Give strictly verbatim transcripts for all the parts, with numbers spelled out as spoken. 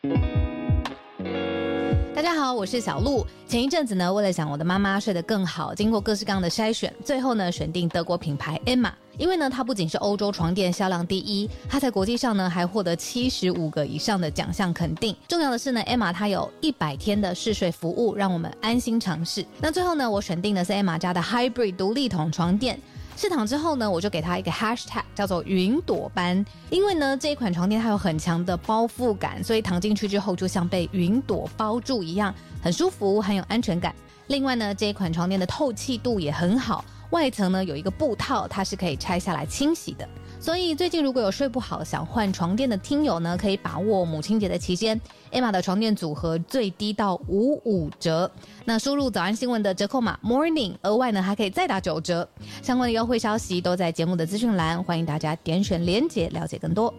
大家好，我是小鹿。前一阵子呢，为了想我的妈妈睡得更好，经过各式各样的筛选，最后呢选定德国品牌 Emma。因为呢，它不仅是欧洲床垫销量第一，它在国际上呢还获得七十五个以上的奖项肯定。重要的是呢 ，Emma 它有一百天的试睡服务，让我们安心尝试。那最后呢，我选定的是 Emma 家的 Hybrid 独立筒床垫。试躺之后呢，我就给它一个 hashtag 叫做云朵般，因为呢这一款床垫它有很强的包覆感，所以躺进去之后就像被云朵包住一样，很舒服，很有安全感。另外呢，这一款床垫的透气度也很好，外层呢有一个布套，它是可以拆下来清洗的。所以最近如果有睡不好想换床垫的听友呢，可以把握母亲节的期间 Emma 的床垫组合最低到五五折，那输入早安新闻的折扣码 morning， 额外呢还可以再打九折。相关的优惠消息都在节目的资讯栏，欢迎大家点选连结了解更多。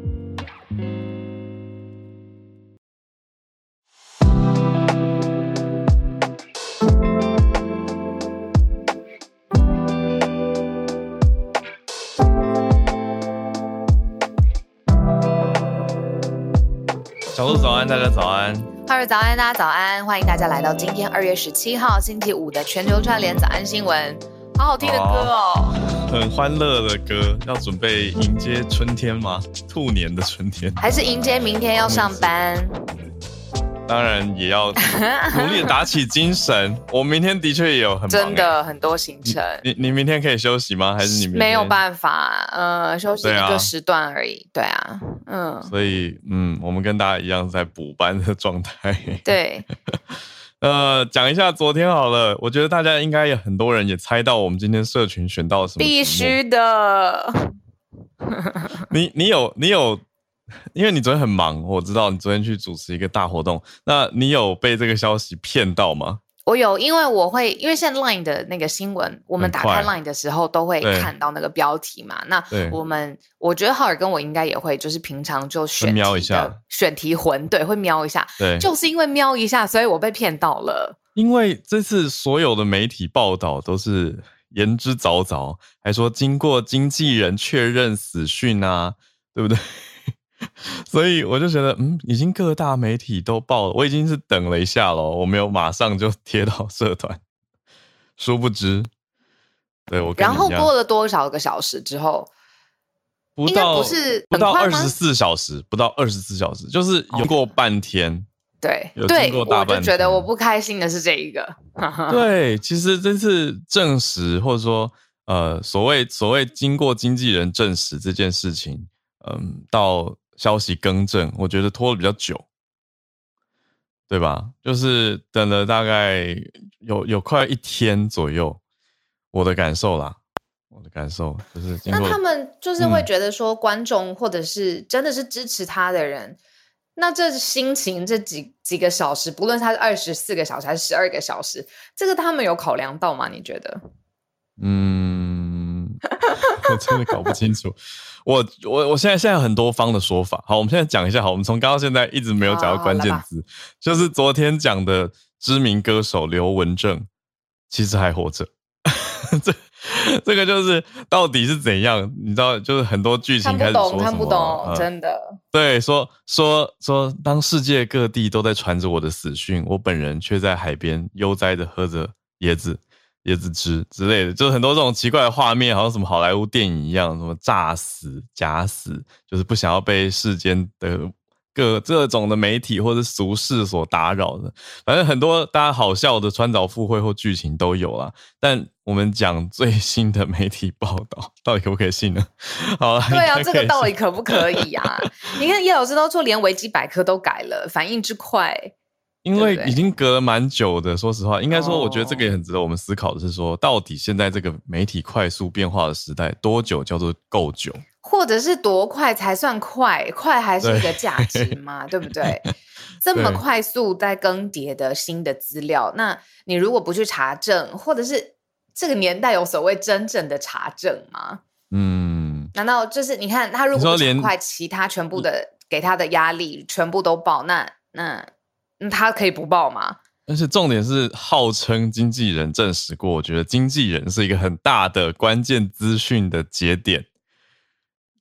小鹿早安，大家早安。 哈尔早安，大家早安，欢迎大家来到今天二月十七号星期五的全球串联早安新闻。好好听的歌哦， 很欢乐的歌，要准备迎接春天吗？兔年的春天， 还是迎接明天要上班？ 当然也要努力打起精神。我明天的确也有很忙、欸、 真的很多行程。 你 你, 你明天可以休息吗？还是你明天没有办法？呃，休息一个时段而已。对啊，嗯。 所以嗯，我们跟大家一样在补班的状态。 对。 呃，讲一下昨天好了。我觉得大家应该也很多人也猜到我们今天社群选到什么。 必须的。 你你有你有。因为你昨天很忙，我知道你昨天去主持一个大活动，那你有被这个消息骗到吗？ 我有，因为我会，因为现在 Line 的那个新闻，我们打开 Line 的时候都会看到那个标题嘛。那我们，我觉得浩尔跟我应该也会，就是平常就选题的瞄一下，选题魂，对，会瞄一下。对，就是因为瞄一下，所以我被骗到了。 因为这次所有的媒体报道都是言之凿凿，还说经过经纪人确认死讯啊，对不对？所以我就觉得嗯，已经各大媒体都报了，我已经是等了一下了，我没有马上就贴到社团。殊不知对我跟你一样， 然后过了多少个小时之后， 不到应该不是不到二十四小时，不到二十四小时，就是有过半天。 对， 有经过大半天。 对，我就觉得我不开心的是这一个。 对，其实这次证实，或者说呃，所谓所谓经过经纪人证实这件事情，嗯，到消息更正，我觉得拖得比较久，对吧？就是等了大概有有快一天左右，我的感受啦，我的感受就是经过。 那他们就是会觉得说，观众或者是真的是支持他的人，嗯、那这心情这几几个小时，不论他是二十四个小时还是十二个小时，这个他们有考量到吗？你觉得？ 嗯，我真的搞不清楚。我我我现在现在有很多方的说法。好，我们现在讲一下。好，我们从刚到现在一直没有讲到关键字，就是昨天讲的知名歌手刘文正其实还活着。这这个就是到底是怎样？你知道，就是很多剧情开始说什么， 看不懂，看不懂，呃、真的。 对，说说说，当世界各地都在传着我的死讯，我本人却在海边悠哉的喝着椰子。椰子汁之类的，就是很多这种奇怪的画面，好像什么好莱坞电影一样，什么诈死、假死，就是不想要被世间的各各种的媒体或者俗事所打扰的。反正很多大家好笑的穿凿附会或剧情都有啦。但我们讲最新的媒体报道，到底可不可以信呢？好啦， 对啊，这个到底可不可以啊？你看叶老师都说连维基百科都改了，反应之快。 因为已经隔了蛮久的，说实话，应该说，我觉得这个也很值得我们思考的是说，到底现在这个媒体快速变化的时代，多久叫做够久？ 或者是多快才算快？快还是一个价值嘛， 对, 对不对？这么快速在更迭的新的资料，那你如果不去查证，或者是这个年代有所谓真正的查证吗？嗯，难道就是你看他如果很快，其他全部的给他的压力全部都爆，那那？嗯，他可以不报吗？ 但是重点是号称经纪人证实过，我觉得经纪人是一个很大的关键资讯的节点。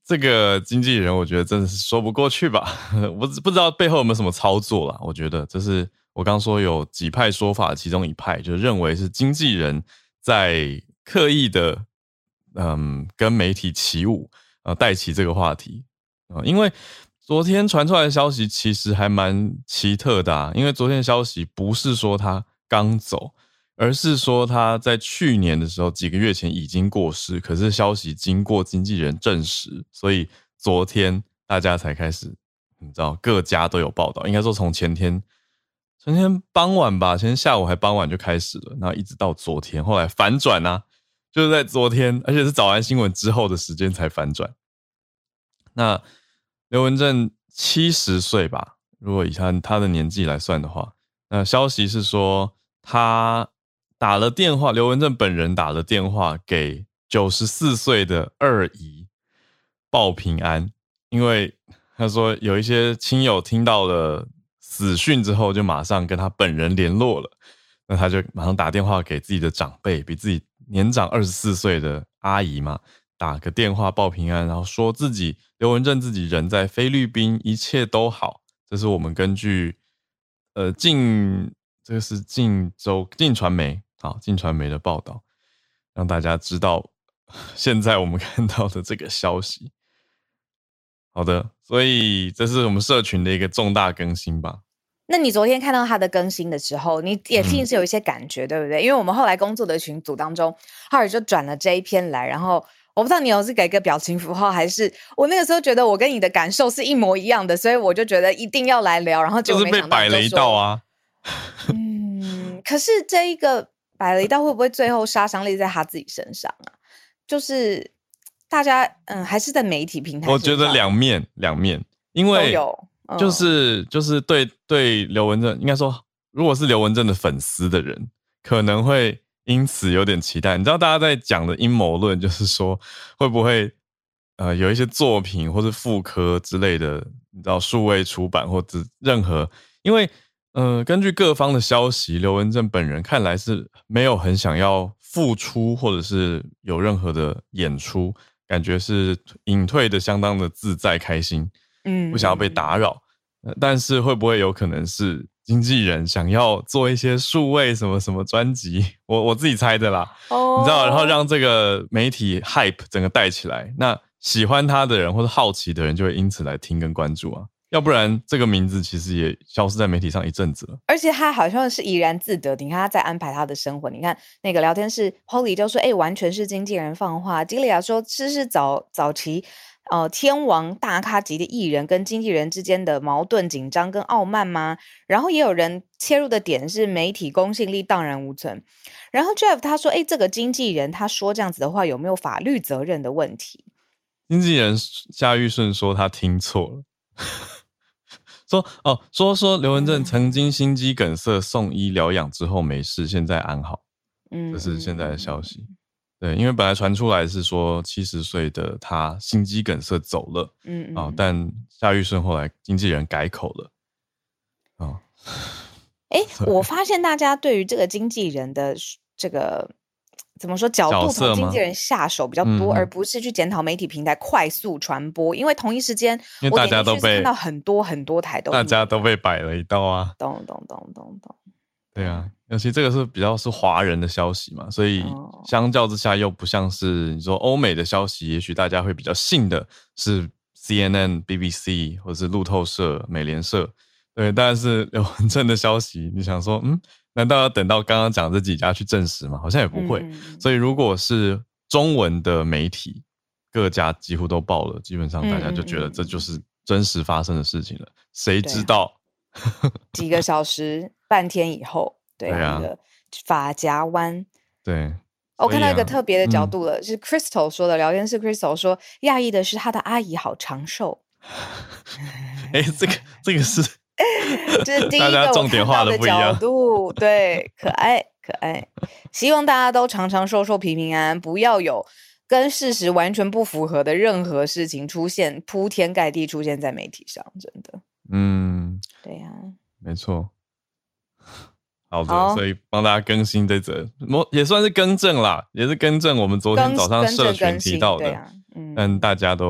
这个经纪人我觉得真的是说不过去吧，我不知道背后有没有什么操作啦。我觉得这是我刚说有几派说法，其中一派就认为是经纪人在刻意的嗯跟媒体起舞，呃带起这个话题、呃、因为昨天传出来的消息其实还蛮奇特的啊，因为昨天的消息不是说他刚走，而是说他在去年的时候几个月前已经过世，可是消息经过经纪人证实，所以昨天大家才开始，你知道各家都有报道，应该说从前天前天傍晚吧，前天下午还傍晚就开始了，然后一直到昨天，后来反转啊，就是在昨天，而且是早安新闻之后的时间才反转。那刘文正七十岁吧，如果以他他的年纪来算的话，那消息是说他打了电话，刘文正本人打了电话给九十四岁的二姨报平安，因为他说有一些亲友听到了死讯之后就马上跟他本人联络了，那他就马上打电话给自己的长辈，比自己年长二十四岁的阿姨嘛，打个电话报平安，然后说自己刘文正自己人在菲律宾，一切都好。这是我们根据呃晋这个是晋州晋传媒啊晋传媒的报道，让大家知道现在我们看到的这个消息。好的，所以这是我们社群的一个重大更新吧。 那你昨天看到他的更新的时候，你也一定是有一些感觉、嗯、对不对？因为我们后来工作的群组当中，浩尔就转了这一篇来，然后我不知道你有是给一个表情符号，还是我那个时候觉得我跟你的感受是一模一样的，所以我就觉得一定要来聊，然后结果没想到就是被摆了一道啊。 嗯，可是这一个摆了一道会不会最后杀伤力在他自己身上啊？就是大家嗯还是在媒体平台， 我觉得两面两面，因为都有。 就是就是对对刘文正，应该说如果是刘文正的粉丝的人可能会因此有点期待。你知道大家在讲的阴谋论就是说会不会呃有一些作品或是复刻之类的，你知道数位出版或者任何，因为呃根据各方的消息，刘文正本人看来是没有很想要复出或者是有任何的演出，感觉是隐退的相当的自在开心，不想要被打扰、嗯、但是会不会有可能是经纪人想要做一些数位什么什么专辑，我我自己猜的啦、哦、你知道，然后让这个媒体 hype 整个带起来，那喜欢他的人或者好奇的人就会因此来听跟关注啊，要不然这个名字其实也消失在媒体上一阵子了。 而且他好像是怡然自得，你看他在安排他的生活，你看那个聊天室 Polly 就说哎、欸，完全是经纪人放话，吉利亚说这是早早期呃，天王大咖级的艺人跟经纪人之间的矛盾、紧张跟傲慢吗？然后也有人切入的点是媒体公信力荡然无存。然后 Jeff 他说：“哎，这个经纪人他说这样子的话，有没有法律责任的问题？” 经纪人夏玉顺说他听错了，说哦，说说刘文正曾经心肌梗塞送医疗养之后没事，现在安好。嗯，这是现在的消息。嗯对，因为本来传出来是说七十岁的他心肌梗塞走了，嗯嗯、哦，但夏玉顺后来经纪人改口了，哦， 哎，我发现大家对于这个经纪人的这个怎么说角度从经纪人下手比较多，而不是去检讨媒体平台快速传播，因为同一时间因为大家都被看到很多很多台都大家都被摆了一道啊， 懂懂懂懂懂。 对啊，尤其这个是比较是华人的消息嘛，所以相较之下又不像是你说欧美的消息，也许大家会比较信的是 C N N、B B C 或者是路透社、美联社，对，但是刘文正的消息，你想说，嗯，难道要等到刚刚讲这几家去证实吗？好像也不会。嗯、所以如果是中文的媒体，各家几乎都报了，基本上大家就觉得这就是真实发生的事情了。嗯、谁知道？ 几个小时、半天以后，对啊，那个发夹弯， 对。 我、哦、看到一个特别的角度了，嗯、是 Crystal 说的，聊天室 Crystal 说，讶异的是他的阿姨好长寿。 哎，这个这个是， 这是第一个我看到的角度，对，可爱可爱。希望大家都长长寿寿、平平安安，不要有跟事实完全不符合的任何事情出现，铺天盖地出现在媒体上，真的。 嗯， 对呀、啊， 没错。好的，好，所以帮大家更新这则，也算是更正啦，也是更正我们昨天早上社群提到的，啊嗯、但大家都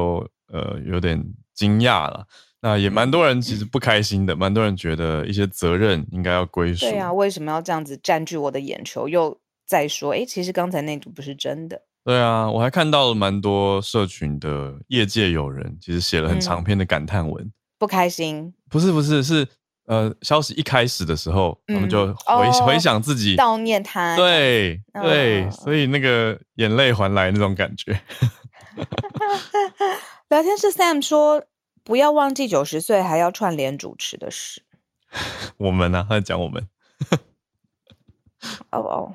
呃有点惊讶了。那也蛮多人其实不开心的，蛮多人觉得一些责任应该要归属。 对啊，为什么要这样子占据我的眼球？又再说，哎，其实刚才那组不是真的。 对啊，我还看到了蛮多社群的业界友人，其实写了很长篇的感叹文，嗯、 不开心。 不是不是是呃，消息一开始的时候，嗯、他们就回、哦、回想自己悼念他。 对、哦、对，所以那个眼泪还来那种感觉。 聊天室 Sam 说。不要忘记九十岁还要串联主持的事。 我们呢、啊？他在讲我们。 哦哦。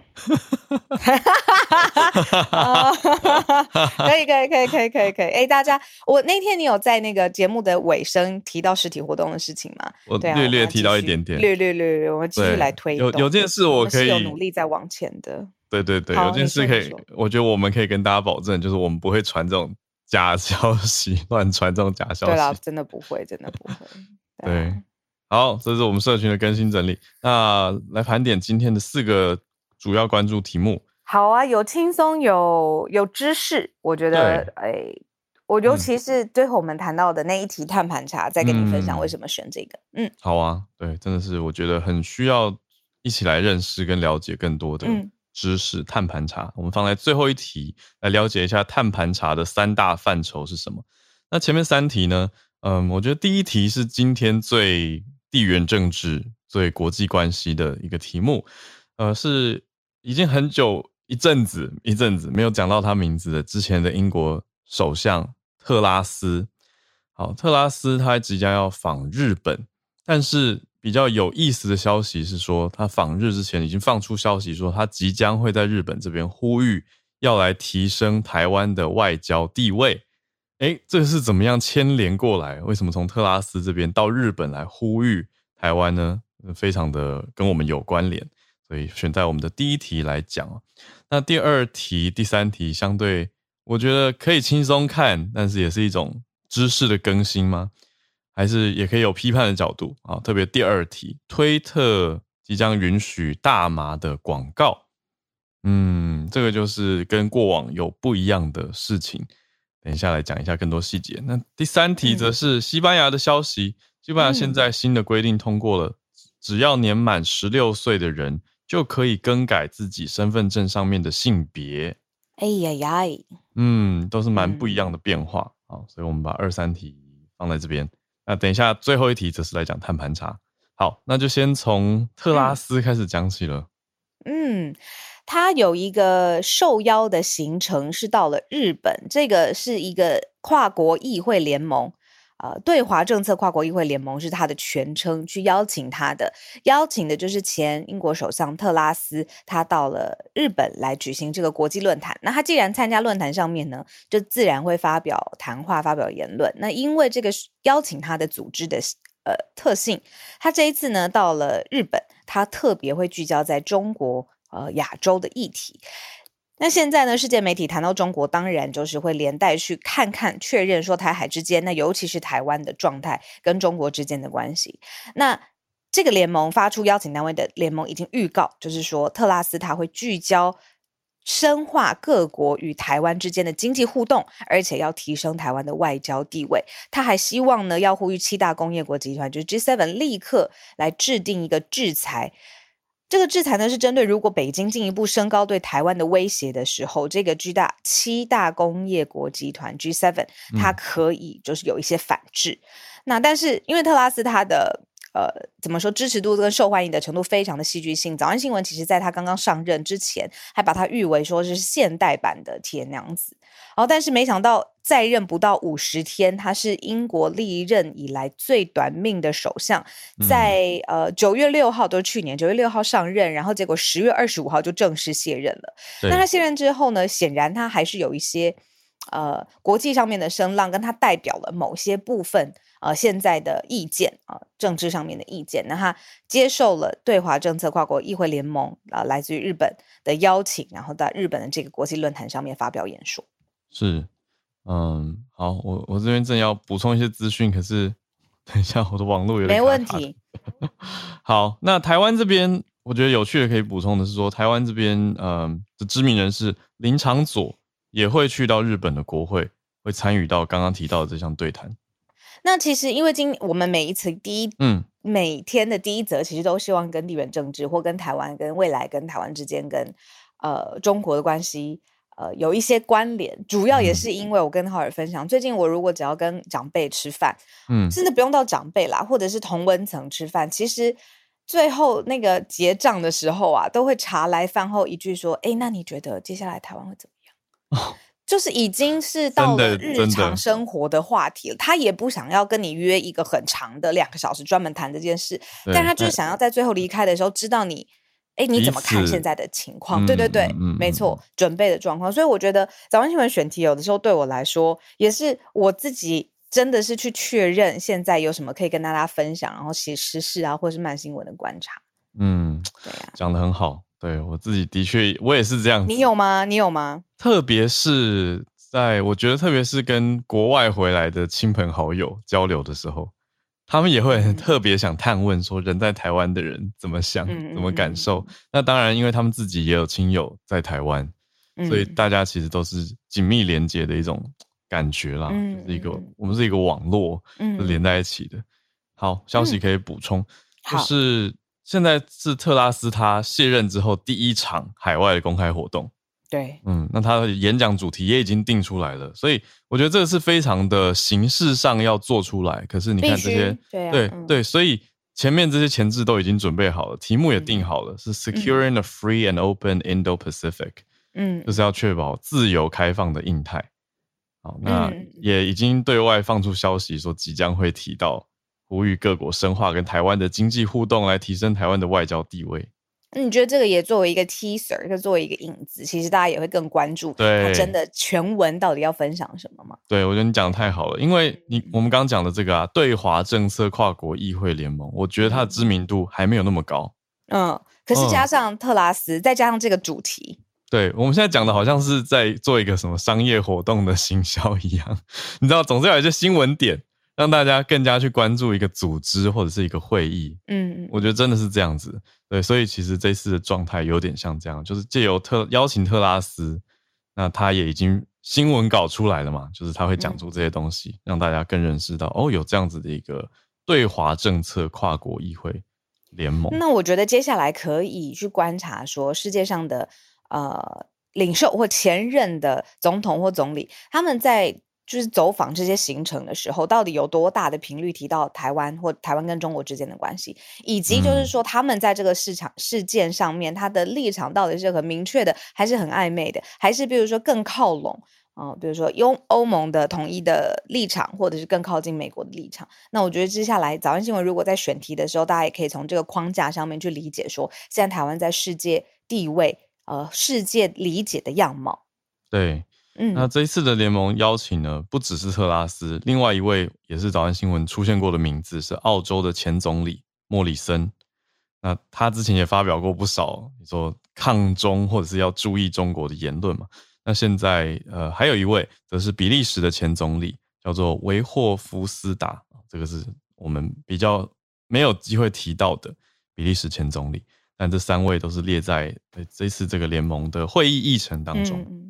可以可以可以可以可以可以。哎，大家，我那天你有在那个节目的尾声提到实体活动的事情吗？ 我略略提到一点点。 略略略略，我们继续来推动。 有有件事我可以， 我是有努力在往前的。 对对对，有件事可以，我觉得我们可以跟大家保证，就是我们不会传这种。假消息，乱传这种假消息。 对啦，真的不会，真的不会。 对，对，好，这是我们社群的更新整理。那来盘点今天的四个主要关注题目。 好啊，有轻松，有有知识。我觉得，哎，我尤其是最后我们谈到的那一题碳盘查，再跟你分享为什么选这个。嗯， 好啊，对，真的是我觉得很需要一起来认识跟了解更多的。嗯知识碳盘查，我们放在最后一题来了解一下碳盘查的三大范畴是什么。那前面三题呢，嗯，我觉得第一题是今天最地缘政治、最国际关系的一个题目，呃，是已经很久一阵子一阵子没有讲到他名字的之前的英国首相特拉斯。好，特拉斯他即将要访日本，但是比较有意思的消息是说，他访日之前已经放出消息说，他即将会在日本这边呼吁要来提升台湾的外交地位。诶，这是怎么样牵连过来？为什么从特拉斯这边到日本来呼吁台湾呢？非常的跟我们有关联，所以选在我们的第一题来讲。那第二题、第三题相对我觉得可以轻松看，但是也是一种知识的更新吗？还是也可以有批判的角度啊？特别第二题，推特即将允许大麻的广告，嗯，这个就是跟过往有不一样的事情。等一下来讲一下更多细节。那第三题则是西班牙的消息，西班牙现在新的规定通过了，只要年满十六岁的人就可以更改自己身份证上面的性别。 哎呀呀， 嗯，都是蛮不一样的变化。好，所以我们把二三题放在这边。那等一下最后一题则是来讲碳盘查。好，那就先从特拉斯开始讲起了。 嗯，他有一个受邀的行程是到了日本，这个是一个跨国议会联盟，呃，对华政策跨国议会联盟是他的全称，去邀请他的，邀请的就是前英国首相特拉斯，他到了日本来举行这个国际论坛。那他既然参加论坛上面呢，就自然会发表谈话、发表言论。那因为这个邀请他的组织的呃特性，他这一次呢到了日本，他特别会聚焦在中国、呃亚洲的议题。那现在呢，世界媒体谈到中国，当然就是会连带去看看确认说台海之间，那尤其是台湾的状态跟中国之间的关系。那这个联盟发出邀请单位的联盟已经预告，就是说特拉斯他会聚焦深化各国与台湾之间的经济互动，而且要提升台湾的外交地位。他还希望呢，要呼吁七大工业国集团，就是 G 七 立刻来制定一个制裁。这个制裁呢，是针对如果北京进一步升高对台湾的威胁的时候，这个 G 大七大工业国集团 G 七 它可以就是有一些反制。嗯、那但是因为特拉斯他的呃怎么说支持度跟受欢迎的程度非常的戏剧性，早安新闻其实在他刚刚上任之前还把他誉为说是现代版的铁娘子。然后但是没想到在任不到五十天，他是英国历任以来最短命的首相，在呃九月六号，都是去年九月六号上任，然后结果十月二十五号就正式卸任了。那他卸任之后呢，显然他还是有一些呃国际上面的声浪，跟他代表了某些部分呃现在的意见啊、呃，政治上面的意见。那他接受了对华政策跨国议会联盟啊、呃、来自于日本的邀请，然后在日本的这个国际论坛上面发表演说。 是，嗯，好，我我这边正要补充一些资讯，可是等一下我的网络有点卡卡的。 没问题。 好，那台湾这边我觉得有趣的可以补充的是说，台湾这边嗯的知名人士林长佐也会去到日本的国会会参与到刚刚提到的这项对谈。 那其实因为今我们每一次第一嗯每天的第一则其实都希望跟地缘政治或跟台湾跟未来跟台湾之间跟呃中国的关系呃有一些关联，主要也是因为我跟浩尔分享、嗯、最近我如果只要跟长辈吃饭，嗯，甚至不用到长辈啦，或者是同温层吃饭，其实最后那个结账的时候啊，都会茶来饭后一句说，哎，那你觉得接下来台湾会怎么样？哦，就是已经是到了日常生活的话题了，他也不想要跟你约一个很长的两个小时专门谈这件事，但他就是想要在最后离开的时候知道你，哎，你怎么看现在的情况？对对对，嗯、没错，准备的状况。所以我觉得早安新闻选题有的时候对我来说，也是我自己真的是去确认现在有什么可以跟大家分享，然后写时事啊，或是慢新闻的观察。嗯，对啊， 讲得很好。对，我自己的确我也是这样子。 你有吗？你有吗？ 特别是在我觉得特别是跟国外回来的亲朋好友交流的时候，他们也会很特别想探问说人在台湾的人怎么想、嗯、怎么感受、嗯、那当然因为他们自己也有亲友在台湾、嗯、所以大家其实都是紧密连接的一种感觉啦、嗯、就是一个我们是一个网络、嗯、是连在一起的。好，消息可以补充、嗯、就是现在是特拉斯他卸任之后第一场海外的公开活动。 对， 嗯，那他的演讲主题也已经定出来了，所以我觉得这个是非常的形式上要做出来。可是你看这些， 对、啊、 对、 嗯、 对，所以前面这些前置都已经准备好了，题目也定好了，嗯、是 Securing a Free and Open Indo-Pacific， 嗯，就是要确保自由开放的印太。好，那也已经对外放出消息说即将会提到呼吁各国深化跟台湾的经济互动，来提升台湾的外交地位。 你觉得这个也作为一个 teaser， 就作为一个引子，其实大家也会更关注他真的全文到底要分享什么吗？ 对，我觉得你讲得太好了，因为你我们刚刚讲的这个啊，对华政策跨国议会联盟，我觉得它的知名度还没有那么高。 嗯，可是加上特拉斯，嗯、再加上这个主题， 对，我们现在讲的好像是在做一个什么商业活动的行销一样，你知道，总是要有一些新闻点，让大家更加去关注一个组织或者是一个会议。嗯，我觉得真的是这样子。对，所以其实这次的状态有点像这样，就是借由特邀请特拉斯，那他也已经新闻稿出来了嘛，就是他会讲出这些东西、嗯、让大家更认识到哦，有这样子的一个对华政策跨国议会联盟。 那我觉得接下来可以去观察说世界上的呃领袖或前任的总统或总理，他们在就是走访这些行程的时候，到底有多大的频率提到台湾或台湾跟中国之间的关系，以及就是说他们在这个市场事件上面，他的立场到底是很明确的，还是很暧昧的，还是比如说更靠拢啊、呃，比如说欧欧盟的统一的立场，或者是更靠近美国的立场。那我觉得接下来早安新闻如果在选题的时候，大家也可以从这个框架上面去理解说，现在台湾在世界地位、呃，世界理解的样貌。 对。嗯，那这一次的联盟邀请呢，不只是特拉斯，另外一位也是早安新闻出现过的名字是澳洲的前总理莫里森。那他之前也发表过不少你说抗中或者是要注意中国的言论嘛。那现在呃还有一位则是比利时的前总理，叫做维霍夫斯达，这个是我们比较没有机会提到的比利时前总理。但这三位都是列在这次这个联盟的会议议程当中。嗯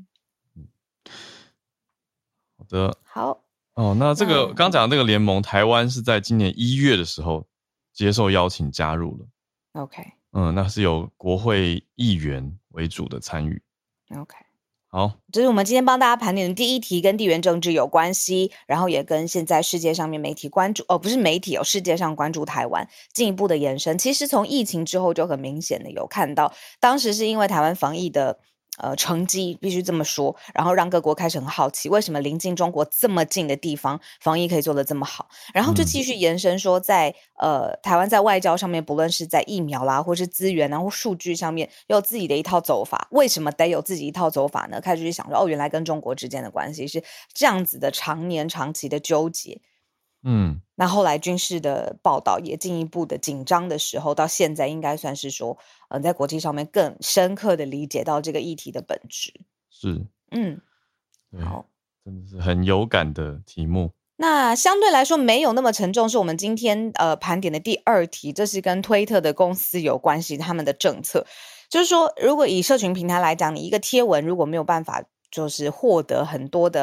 好的， 好哦，那这个刚讲的这个联盟，台湾是在今年一月的时候接受邀请加入了。 OK， 嗯，那是由国会议员为主的参与。 OK， 好， 这是我们今天帮大家盘点的第一题，跟地缘政治有关系，然后也跟现在世界上面媒体关注，哦，不是媒体哦，世界上关注台湾进一步的延伸。其实从疫情之后就很明显的有看到，当时是因为台湾防疫的呃，成绩必须这么说，然后让各国开始很好奇，为什么临近中国这么近的地方，防疫可以做得这么好？然后就继续延伸说在，在、嗯、呃台湾在外交上面，不论是在疫苗啦，或是资源然后数据上面，有自己的一套走法。为什么得有自己一套走法呢？开始去想说，哦，原来跟中国之间的关系是这样子的，常年长期的纠结。嗯，那后来军事的报道也进一步的紧张的时候，到现在应该算是说，呃，在国际上面更深刻的理解到这个议题的本质。 是， 嗯， 好，真的是很有感的题目。 那相对来说没有那么沉重，是我们今天呃盘点的第二题，这是跟推特的公司有关系，他们的政策，就是说，如果以社群平台来讲，你一个贴文如果没有办法就是获得很多的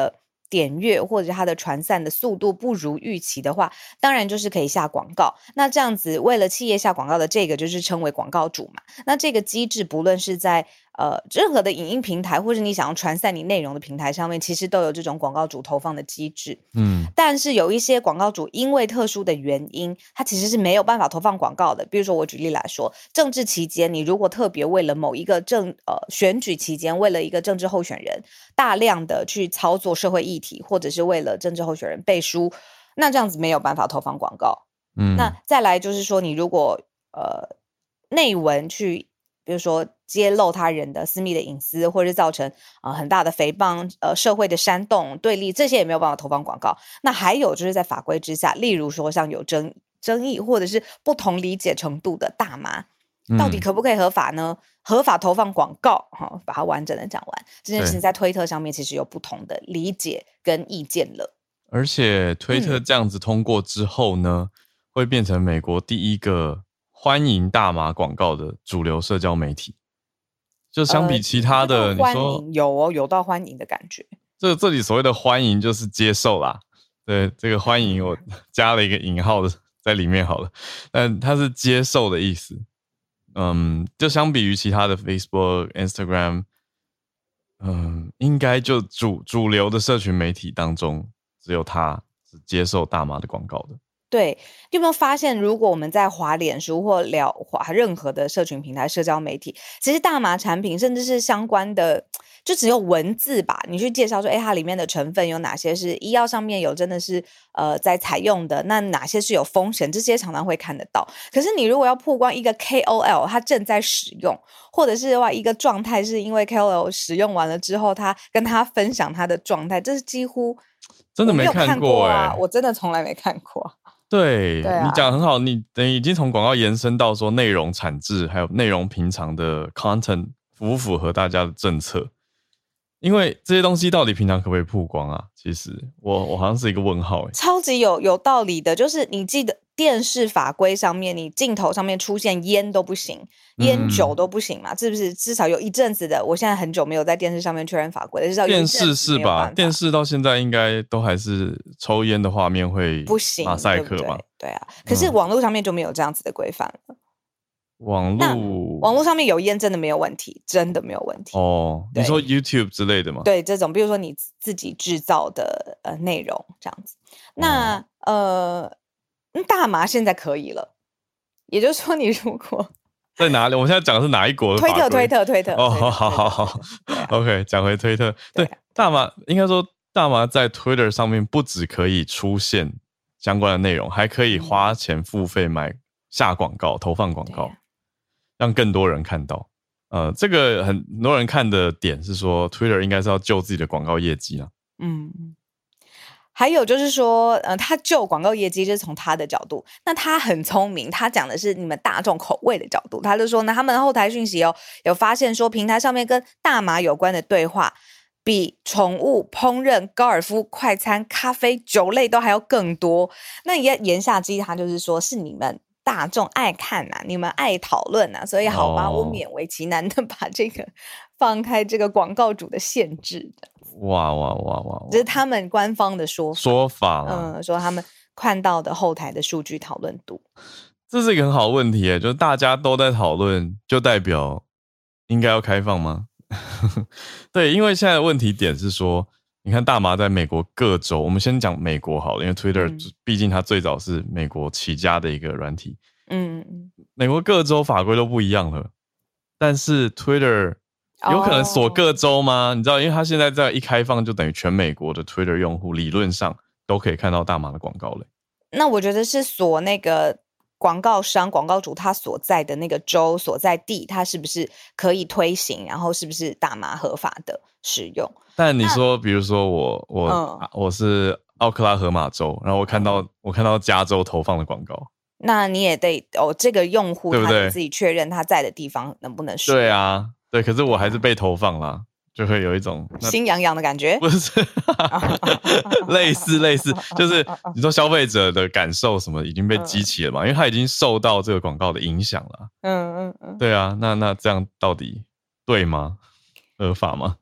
点阅或者它的传散的速度不如预期的话，当然就是可以下广告。那这样子为了企业下广告的这个就是称为广告主嘛。那这个机制不论是在呃任何的影音平台或者你想要传散你内容的平台上面，其实都有这种广告主投放的机制。嗯，但是有一些广告主因为特殊的原因，他其实是没有办法投放广告的。比如说我举例来说，政治期间你如果特别为了某一个政呃选举期间为了一个政治候选人大量的去操作社会议题，或者是为了政治候选人背书，那这样子没有办法投放广告。嗯，那再来就是说你如果呃内文去比如说揭露他人的私密的隐私，或者是造成、呃、很大的诽谤、呃、社会的煽动对立，这些也没有办法投放广告。那还有就是在法规之下，例如说像有争争议或者是不同理解程度的大麻，到底可不可以合法呢？嗯、合法投放广告、哦、把它完整的讲完，这件事情在推特上面其实有不同的理解跟意见了。 而且推特这样子通过之后呢、嗯、会变成美国第一个欢迎大麻广告的主流社交媒体。就相比其他的、呃、你说有哦，有到欢迎的感觉。 这这里所谓的欢迎就是接受啦，对，这个欢迎我加了一个引号在里面好了，但它是接受的意思。嗯，就相比于其他的 Facebook、Instagram， 嗯，应该就主主流的社群媒体当中，只有它是接受大麻的广告的。 对，你有没有发现，如果我们在滑脸书或聊滑任何的社群平台、社交媒体，其实大麻产品甚至是相关的，就只有文字吧，你去介绍说，哎，它里面的成分有哪些是医药上面有真的是呃在采用的，那哪些是有风险，这些常常会看得到。可是你如果要曝光一个 K O L 他正在使用，或者是话一个状态是因为 K O L 使用完了之后，他跟他分享他的状态，这是几乎真的没看过哎、 欸，我真的从来没看过。 对，对、啊、你讲很好，你等于已经从广告延伸到说内容产制还有内容平常的 content 符不符合大家的政策，因为这些东西到底平常可不可以曝光啊？其实我我好像是一个问号、欸、 超级有有道理的，就是你记得电视法规上面你镜头上面出现烟都不行，烟酒都不行嘛、嗯、是不是？至少有一阵子的，我现在很久没有在电视上面确认法规了，至少有一阵子电视是吧？电视到现在应该都还是抽烟的画面会不行， 马赛克吧？ 对, 对啊，可是网络上面就没有这样子的规范了、嗯、 网络网络上面有烟真的没有问题，真的没有问题哦。你说 YouTube 之类的吗？ 对，这种比如说你自己制造的呃内容这样子，那、哦、呃大麻现在可以了，也就是说你如果在哪里？我现在讲的是哪一国的法规？ 推特推特推特哦，好好好好、啊、OK， 讲回推特。对，对、啊、大麻应该说大麻在 Twitter 上面不只可以出现相关的内容，还可以花钱付费买下广告、投放广告、啊，让更多人看到。呃，这个很多人看的点是说 Twitter 应该是要救自己的广告业绩啊。嗯。 还有就是说，呃，他救广告业绩就是从他的角度，那他很聪明，他讲的是你们大众口味的角度，他就说呢，他们后台讯息哦，有发现说平台上面跟大麻有关的对话，比宠物、烹饪、高尔夫、快餐、咖啡、酒类都还要更多。那言下之意，他就是说是你们大众爱看啊，你们爱讨论啊，所以好吧，我勉为其难的把这个放开这个广告主的限制的。 哇哇哇哇！ 这是他们官方的说法， 说法嗯，说他们看到的后台的数据讨论度， 这是一个很好的问题耶，就是大家都在讨论，就代表应该要开放吗？对，因为现在的问题点是说，你看大麻在美国各州，我们先讲美国好了，因为 Twitter、嗯、毕竟它最早是美国起家的一个软体，嗯，美国各州法规都不一样了，但是 Twitter。有可能锁各州吗、oh. 你知道因为它现在在一开放就等于全美国的 Twitter 用户理论上都可以看到大麻的广告了。 那我觉得是锁那个广告商广告主他所在的那个州所在地，他是不是可以推行，然后是不是大麻合法的使用。 但你说比如说我我、嗯、我是奥克拉荷马州，然后我看到、嗯、我看到加州投放的广告， 那你也得哦这个用户他得自己确认他在的地方能不能使用。 对啊，对，可是我还是被投放啦，就会有一种心痒痒的感觉。 不是类似类似，就是你说消费者的感受什么已经被激起了嘛、嗯、因为他已经受到这个广告的影响了。嗯嗯嗯，对啊，那那这样到底对吗？合法吗？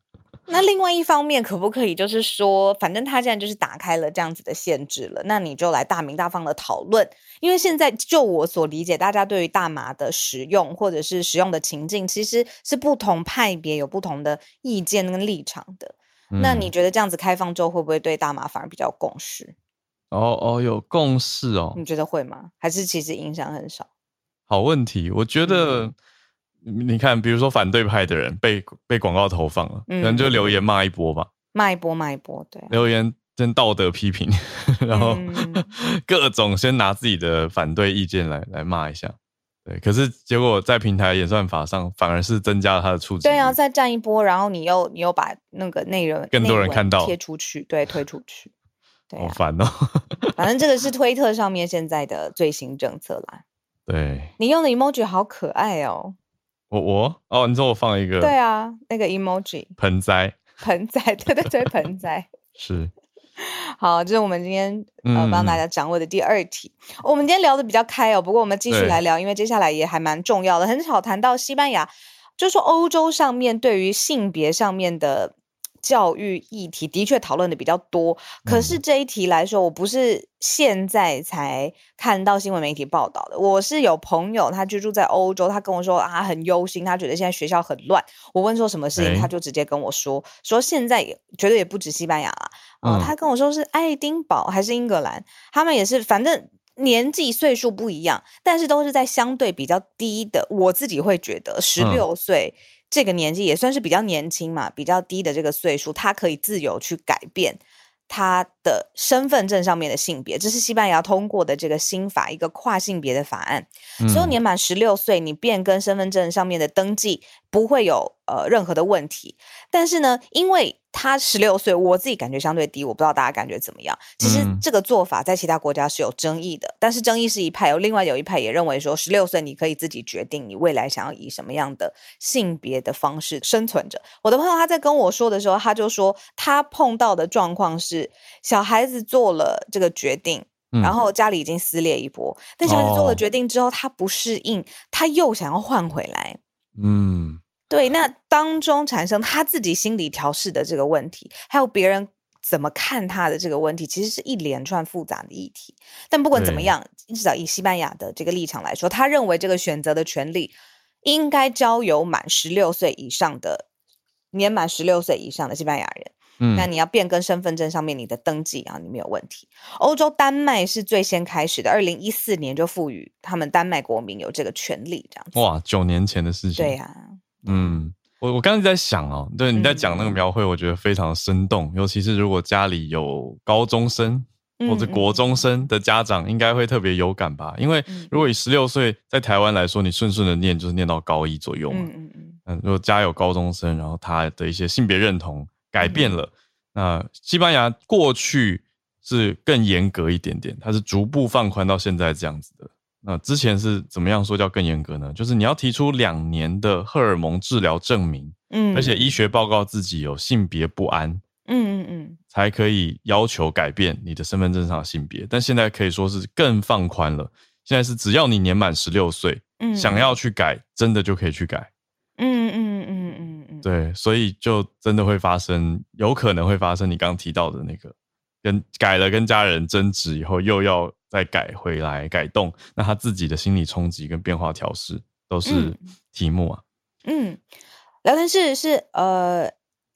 那另外一方面，可不可以就是说，反正他现在就是打开了这样子的限制了，那你就来大鸣大放的讨论。因为现在就我所理解，大家对于大麻的使用或者是使用的情境，其实是不同派别有不同的意见跟立场的。嗯、那你觉得这样子开放之后，会不会对大麻反而比较有共识？ 哦哦，有共识哦。 你觉得会吗？还是其实影响很少？ 好问题，我觉得。嗯你看，比如说反对派的人被被广告投放了，嗯、可能就留言骂一波吧， 骂一波骂一波，对、啊， 留言真道德批评，然后、嗯、各种先拿自己的反对意见来来骂一下，对，可是结果在平台演算法上反而是增加了他的触及率， 对啊，再占一波，然后你又你又把那个内容更多人看到贴出去，对，推出去，对、啊， 好烦哦。 反正这个是推特上面现在的最新政策啦。 对， 你用的 emoji 好可爱哦。 我我哦，你说我放一个？ 对啊，那个 emoji 盆栽， 盆栽，对对对，盆栽是。 好，这是我们今天呃帮大家掌握的第二题。嗯、我们今天聊的比较开哦，不过我们继续来聊，因为接下来也还蛮重要的。很少谈到西班牙，就是说欧洲上面对于性别上面的教育议题的确讨论的比较多，可是这一题来说，我不是现在才看到新闻媒体报道的。我是有朋友他居住在欧洲，他跟我说啊很忧心，他觉得现在学校很乱。我问说什么事情，欸、他就直接跟我说说现在也绝对也不止西班牙啦，呃、嗯，他跟我说是爱丁堡还是英格兰，他们也是反正。年纪岁数不一样，但是都是在相对比较低的，我自己会觉得十六岁这个年纪也算是比较年轻嘛，比较低的这个岁数，他可以自由去改变他的身份证上面的性别，这是西班牙通过的这个新法，一个跨性别的法案。嗯、所有年满十六岁，你变更身份证上面的登记不会有呃任何的问题。但是呢，因为他十六岁，我自己感觉相对低，我不知道大家感觉怎么样。其实这个做法在其他国家是有争议的，嗯、但是争议是一派，有另外有一派也认为说，十六岁你可以自己决定你未来想要以什么样的性别的方式生存着。我的朋友他在跟我说的时候，他就说他碰到的状况是小孩子做了这个决定。嗯、然后家里已经撕裂一波，但小孩子做了决定之后，哦、他不适应，他又想要换回来。嗯。对，那当中产生他自己心理调试的这个问题，还有别人怎么看他的这个问题，其实是一连串复杂的议题。但不管怎么样，至少以西班牙的这个立场来说，他认为这个选择的权利应该交由满十六岁以上的年满十六岁以上的西班牙人。嗯，那你要变更身份证上面你的登记啊，你没有问题。欧洲丹麦是最先开始的，二零一四年就赋予他们丹麦国民有这个权利，这样子。 哇，九年前的事情。对呀、啊。 嗯，我我刚才在想哦，对，你在讲那个描绘，我觉得非常生动，嗯、尤其是如果家里有高中生或者国中生的家长，应该会特别有感吧？因为如果以十六岁在台湾来说，你顺顺的念就是念到高一左右嘛。嗯嗯嗯。嗯，如果家有高中生，然后他的一些性别认同改变了，嗯、那西班牙过去是更严格一点点，它是逐步放宽到现在这样子的。那之前是怎么样说叫更严格呢？就是你要提出两年的荷尔蒙治疗证明，嗯，而且医学报告自己有性别不安，嗯嗯嗯，才可以要求改变你的身份证上的性别。但现在可以说是更放宽了，现在是只要你年满十六岁，嗯，想要去改，真的就可以去改，嗯嗯嗯嗯嗯，对，所以就真的会发生，有可能会发生你刚刚提到的那个，跟改了跟家人争执以后又要再改回来改动，那他自己的心理冲击跟变化调试都是题目啊。嗯，嗯聊天室是呃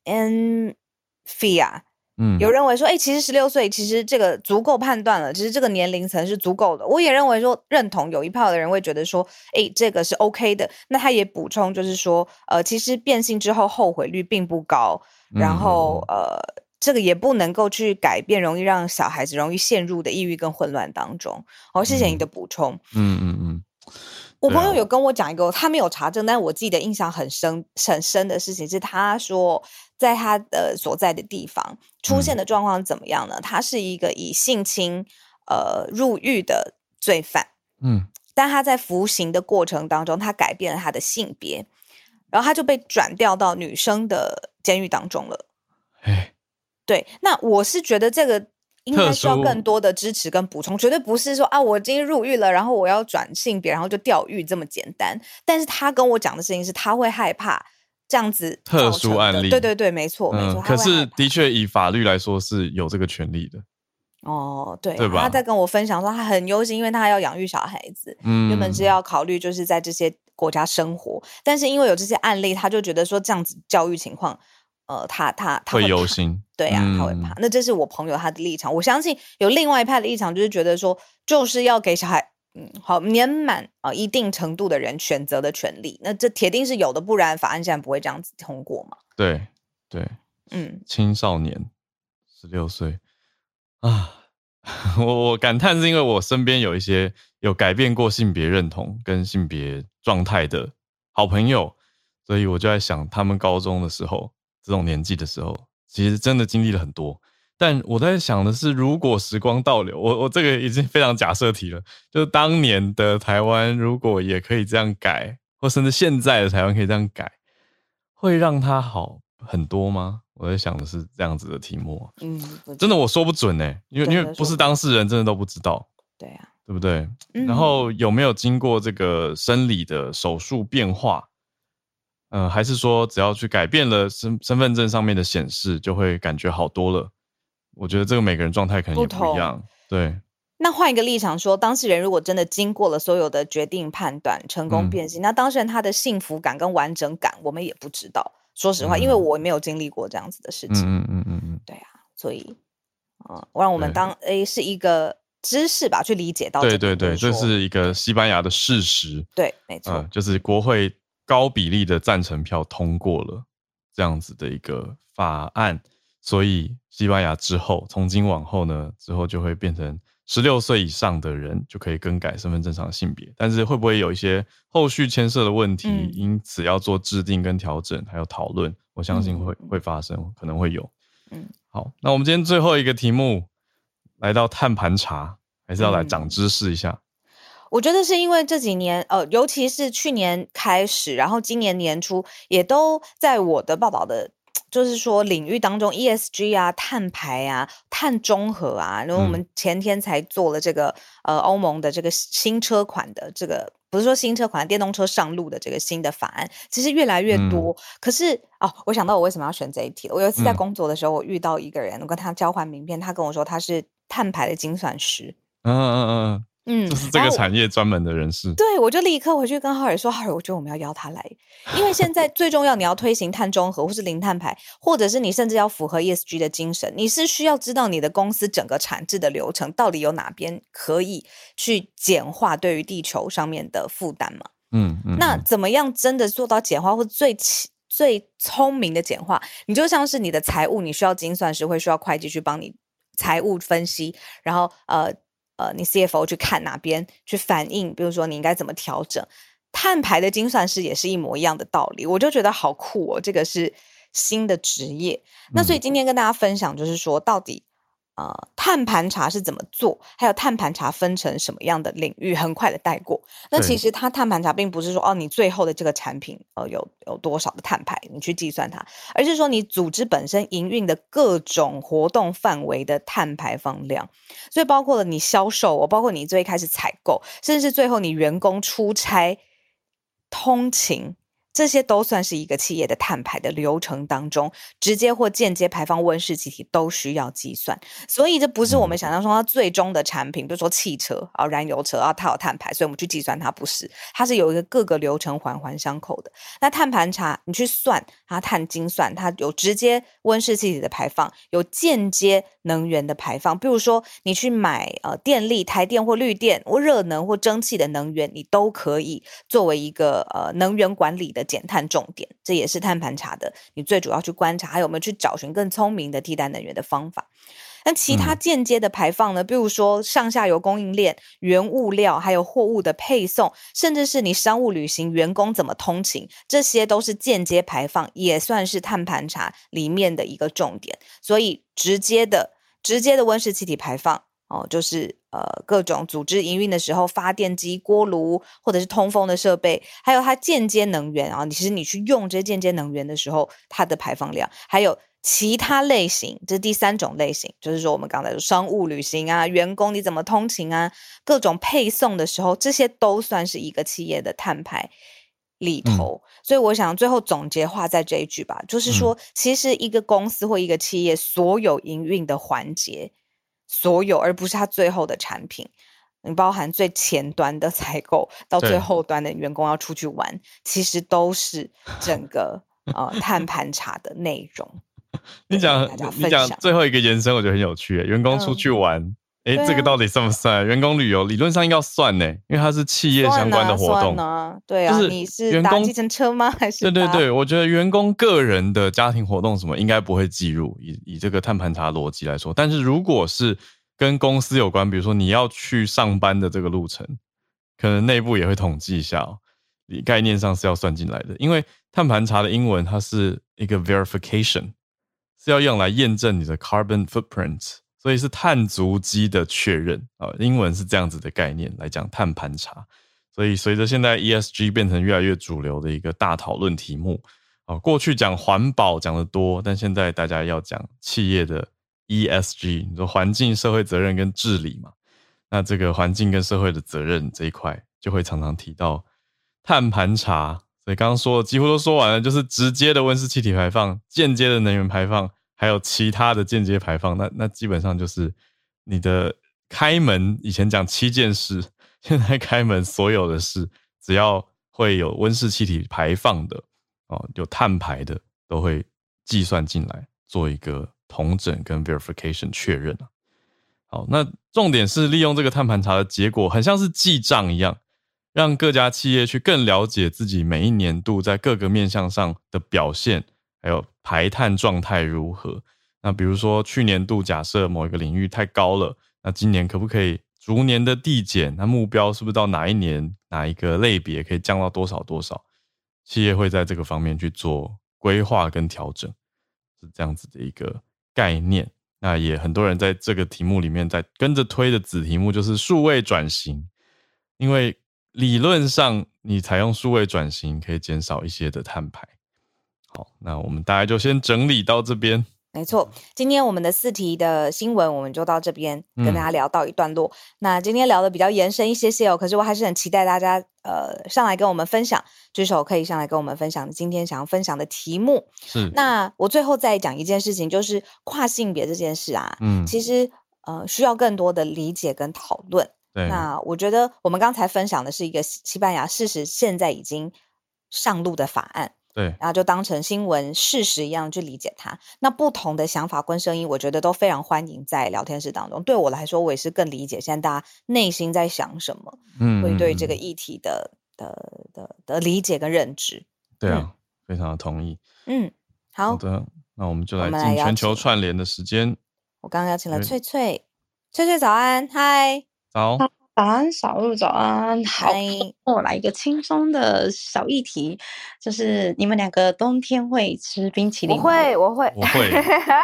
Enfia， 嗯，有认为说，哎、欸，其实十六岁其实这个足够判断了，其实这个年龄层是足够的。我也认为说认同，有一派的人会觉得说，哎、欸，这个是 OK 的。那他也补充就是说，呃，其实变性之后后悔率并不高，然后、嗯、呃。这个也不能够去改变容易让小孩子容易陷入的抑郁跟混乱当中。好，谢谢你的补充。嗯嗯嗯。我朋友有跟我讲一个，他没有查证，但我记得印象很深很深的事情是，他说在他的所在的地方出现的状况怎么样呢？嗯、他是一个以性侵呃入狱的罪犯，嗯，但他在服刑的过程当中，他改变了他的性别，然后他就被转调到女生的监狱当中了。哎。对，那我是觉得这个应该需要更多的支持跟补充，绝对不是说啊，我今天入狱了，然后我要转性别，然后就调狱这么简单。但是他跟我讲的事情是，他会害怕这样子特殊案例， 对对对，没错、嗯、没错。 可是的确以法律来说是有这个权利的。 哦，对， 对吧？ 他在跟我分享说他很忧心，因为他要养育小孩子，嗯，原本是要考虑就是在这些国家生活，但是因为有这些案例，他就觉得说这样子教育情况，呃，他他他会忧心， 对啊，嗯、他会怕。那这是我朋友他的立场，我相信有另外一派的立场，就是觉得说就是要给小孩，嗯，好年满啊、呃、一定程度的人选择的权利，那这铁定是有的，不然法案现在不会这样子通过嘛。 对对，嗯，青少年十六岁啊。我我感叹是因为我身边有一些有改变过性别认同跟性别状态的好朋友，所以我就在想他们高中的时候这种年纪的时候其实真的经历了很多。但我在想的是，如果时光倒流，我我这个已经非常假设题了，就是当年的台湾如果也可以这样改，或甚至现在的台湾可以这样改，会让它好很多吗？我在想的是这样子的题目、啊，嗯，真的我说不准哎、欸，因为因为不是当事人，真的都不知道，对啊，对不对？嗯、然后有没有经过这个生理的手术变化？呃，还是说只要去改变了身身份证上面的显示，就会感觉好多了？我觉得这个每个人状态可能也不一样，对。 那换一个立场说，当事人如果真的经过了所有的决定判断，成功变性，嗯、那当事人他的幸福感跟完整感，我们也不知道。说实话，嗯、因为我没有经历过这样子的事情，嗯嗯嗯嗯，对啊，所以，呃，让我们当诶是一个知识吧，去理解到。 对对对，这是一个西班牙的事实。 对，没错、呃， 就是国会高比例的赞成票通过了这样子的一个法案，所以西班牙之后，从今往后呢，之后就会变成十六岁以上的人就可以更改身份证上的性别，但是会不会有一些后续牵涉的问题，嗯、因此要做制定跟调整，还有讨论，我相信会、嗯、会发生，可能会有。嗯，好，那我们今天最后一个题目来到碳盘查，还是要来长知识一下。嗯、 我觉得是因为这几年，呃，尤其是去年开始，然后今年年初也都在我的报道的。就是说领域当中 E S G 啊、碳排啊、碳中和啊，然后我们前天才做了这个、嗯、呃欧盟的这个新车款的这个，不是说新车款，电动车上路的这个新的法案，其实越来越多。嗯、可是哦，我想到我为什么要选这一题了。我有一次在工作的时候，我遇到一个人，我跟他交换名片，他跟我说他是碳排的精算师。 嗯嗯嗯。嗯，就是这个产业专门的人士。 对，我就立刻回去跟浩尔说，浩尔，我觉得我们要邀他来，因为现在最重要，你要推行碳中和或是零碳排，或者是你甚至要符合 E S G 的精神，你是需要知道你的公司整个产制的流程到底有哪边可以去简化对于地球上面的负担嘛？嗯嗯。那怎么样真的做到简化或最最聪明的简化？你就像是你的财务，你需要精算师，会需要会计去帮你财务分析，然后呃。呃，你 C F O 去看哪边去反映，比如说你应该怎么调整，碳排的精算师也是一模一样的道理，我就觉得好酷哦，这个是新的职业。那所以今天跟大家分享就是说，到底呃碳盘查是怎么做，还有碳盘查分成什么样的领域，很快的带过。那其实它碳盘查并不是说哦，你最后的这个产品呃有有多少的碳排，你去计算它，而是说你组织本身营运的各种活动范围的碳排放量。所以包括了你销售，我包括你最开始采购，甚至是最后你员工出差、通勤，这些都算是一个企业的碳排的流程当中，直接或间接排放温室气体都需要计算。所以这不是我们想象中它最终的产品，比如说汽车啊、燃油车啊，它有碳排，所以我们去计算它，不是，它是有一个各个流程环环相扣的。那碳盘查你去算它，碳精算它有直接温室气体的排放，有间接能源的排放，比如说你去买呃电力、台电或绿电或热能或蒸汽的能源，你都可以作为一个呃能源管理的减碳重点，这也是碳盘查的你最主要去观察，还有没有去找寻更聪明的替代能源的方法。那其他间接的排放呢、嗯、比如说上下游供应链、原物料还有货物的配送，甚至是你商务旅行员工怎么通勤，这些都是间接排放，也算是碳盘查里面的一个重点。所以直接的直接的温室气体排放哦，就是呃各种组织营运的时候，发电机、锅炉或者是通风的设备，还有它间接能源啊，其实你去用这些间接能源的时候，它的排放量，还有其他类型，这是第三种类型，就是说我们刚才说商务旅行啊，员工你怎么通勤啊，各种配送的时候，这些都算是一个企业的碳排里头、嗯、所以我想最后总结话在这一句吧，就是说、嗯、其实一个公司或一个企业所有营运的环节，所有而不是它最后的产品，你包含最前端的采购到最后端的员工要出去玩，其实都是整个呃碳盘查的内容。 你讲你讲最后一个延伸我觉得很有趣，员工出去玩、嗯哎、啊，这个到底算不算？员工旅游理论上应该要算呢，因为它是企业相关的活动。 算啊，对啊，就是你是搭计程车吗？还是对对对，我觉得员工个人的家庭活动什么应该不会计入，以以这个碳盘查逻辑来说。但是如果是跟公司有关，比如说你要去上班的这个路程，可能内部也会统计一下哦，概念上是要算进来的。因为碳盘查的英文它是一个 verification， 是要用来验证你的 carbon footprint。所以是碳足迹的确认、哦、英文是这样子的概念来讲碳盘查。所以随着现在 E S G 变成越来越主流的一个大讨论题目、哦、过去讲环保讲得多，但现在大家要讲企业的 E S G， 你说环境社会责任跟治理嘛，那这个环境跟社会的责任这一块就会常常提到碳盘查。所以刚刚说的几乎都说完了，就是直接的温室气体排放，间接的能源排放，还有其他的间接排放，那那基本上就是你的开门，以前讲七件事，现在开门所有的事，只要会有温室气体排放的、哦、有碳排的，都会计算进来，做一个统整跟 verification 确认、啊、好，那重点是利用这个碳盘查的结果，很像是记账一样，让各家企业去更了解自己每一年度在各个面向上的表现，还有排碳状态如何。那比如说去年度假设某一个领域太高了，那今年可不可以逐年的递减，那目标是不是到哪一年哪一个类别可以降到多少多少，企业会在这个方面去做规划跟调整，是这样子的一个概念。那也很多人在这个题目里面在跟着推的子题目就是数位转型，因为理论上你采用数位转型可以减少一些的碳排。好，那我们大概就先整理到这边。 没错，今天我们的四题的新闻我们就到这边跟大家聊到一段落、嗯、那今天聊的比较延伸一些些哦，可是我还是很期待大家呃上来跟我们分享，举手可以上来跟我们分享今天想要分享的题目。 是， 那我最后再讲一件事情，就是跨性别这件事啊，嗯，其实呃需要更多的理解跟讨论。 对， 那我觉得我们刚才分享的是一个西班牙事实现在已经上路的法案， 对， 然后就当成新闻事实一样去理解它。那不同的想法跟声音，我觉得都非常欢迎在聊天室当中。对我来说，我也是更理解现在大家内心在想什么，嗯，会对这个议题的的的的理解跟认知。 对啊、嗯，非常的同意。 嗯，好， 好的，那我们就来进全球串联的时间。 我刚刚邀请了翠翠，翠翠早安，嗨， 早。 早安，小鹿早安。好，我来一个轻松的小议题，就是你们两个冬天会吃冰淇淋吗？ 我会，我会， 我会，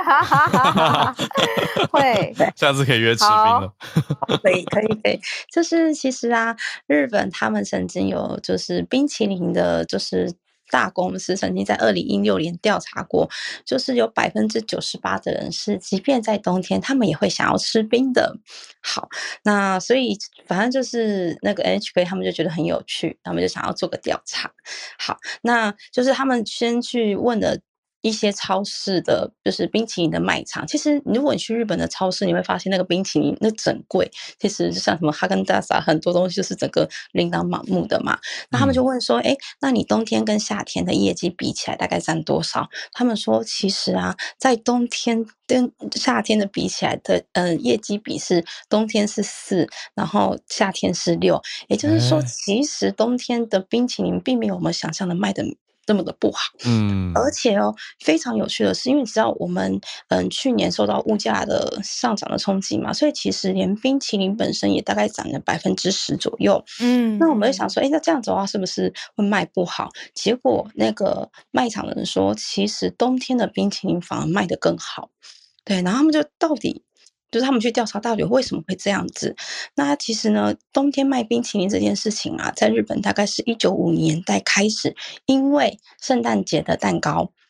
会， 下次可以约吃冰了。 可以，可以，可以。就是其实啊，日本他们曾经有就是冰淇淋的，就是大公司曾经在二零一六年调查过，就是有百分之九十八的人是，即便在冬天，他们也会想要吃冰的。好，那所以反正就是那个 N H K 他们就觉得很有趣，他们就想要做个调查。好，那就是他们先去问了一些超市的就是冰淇淋的卖场，其实如果你去日本的超市，你会发现那个冰淇淋那整柜其实就像什么哈根达斯啊，很多东西就是整个琳琅满目的嘛。那他们就问说，哎、嗯，那你冬天跟夏天的业绩比起来大概占多少？他们说其实啊，在冬天跟夏天的比起来的呃业绩比是冬天是四，然后夏天是六，也就是说其实冬天的冰淇淋并没有我们想象的卖的这么的不好。嗯，而且哦，非常有趣的是，因为你知道我们嗯去年受到物价的上涨的冲击嘛，所以其实连冰淇淋本身也大概涨了百分之十左右。嗯，那我们就想说，哎，那这样子的话是不是会卖不好？结果那个卖场的人说，其实冬天的冰淇淋反而卖得更好。对，然后他们就到底。就是他们去调查到底为什么会这样子。那其实呢，冬天卖冰淇淋这件事情啊，在日本大概是一九五零年代开始，因为圣诞节的蛋糕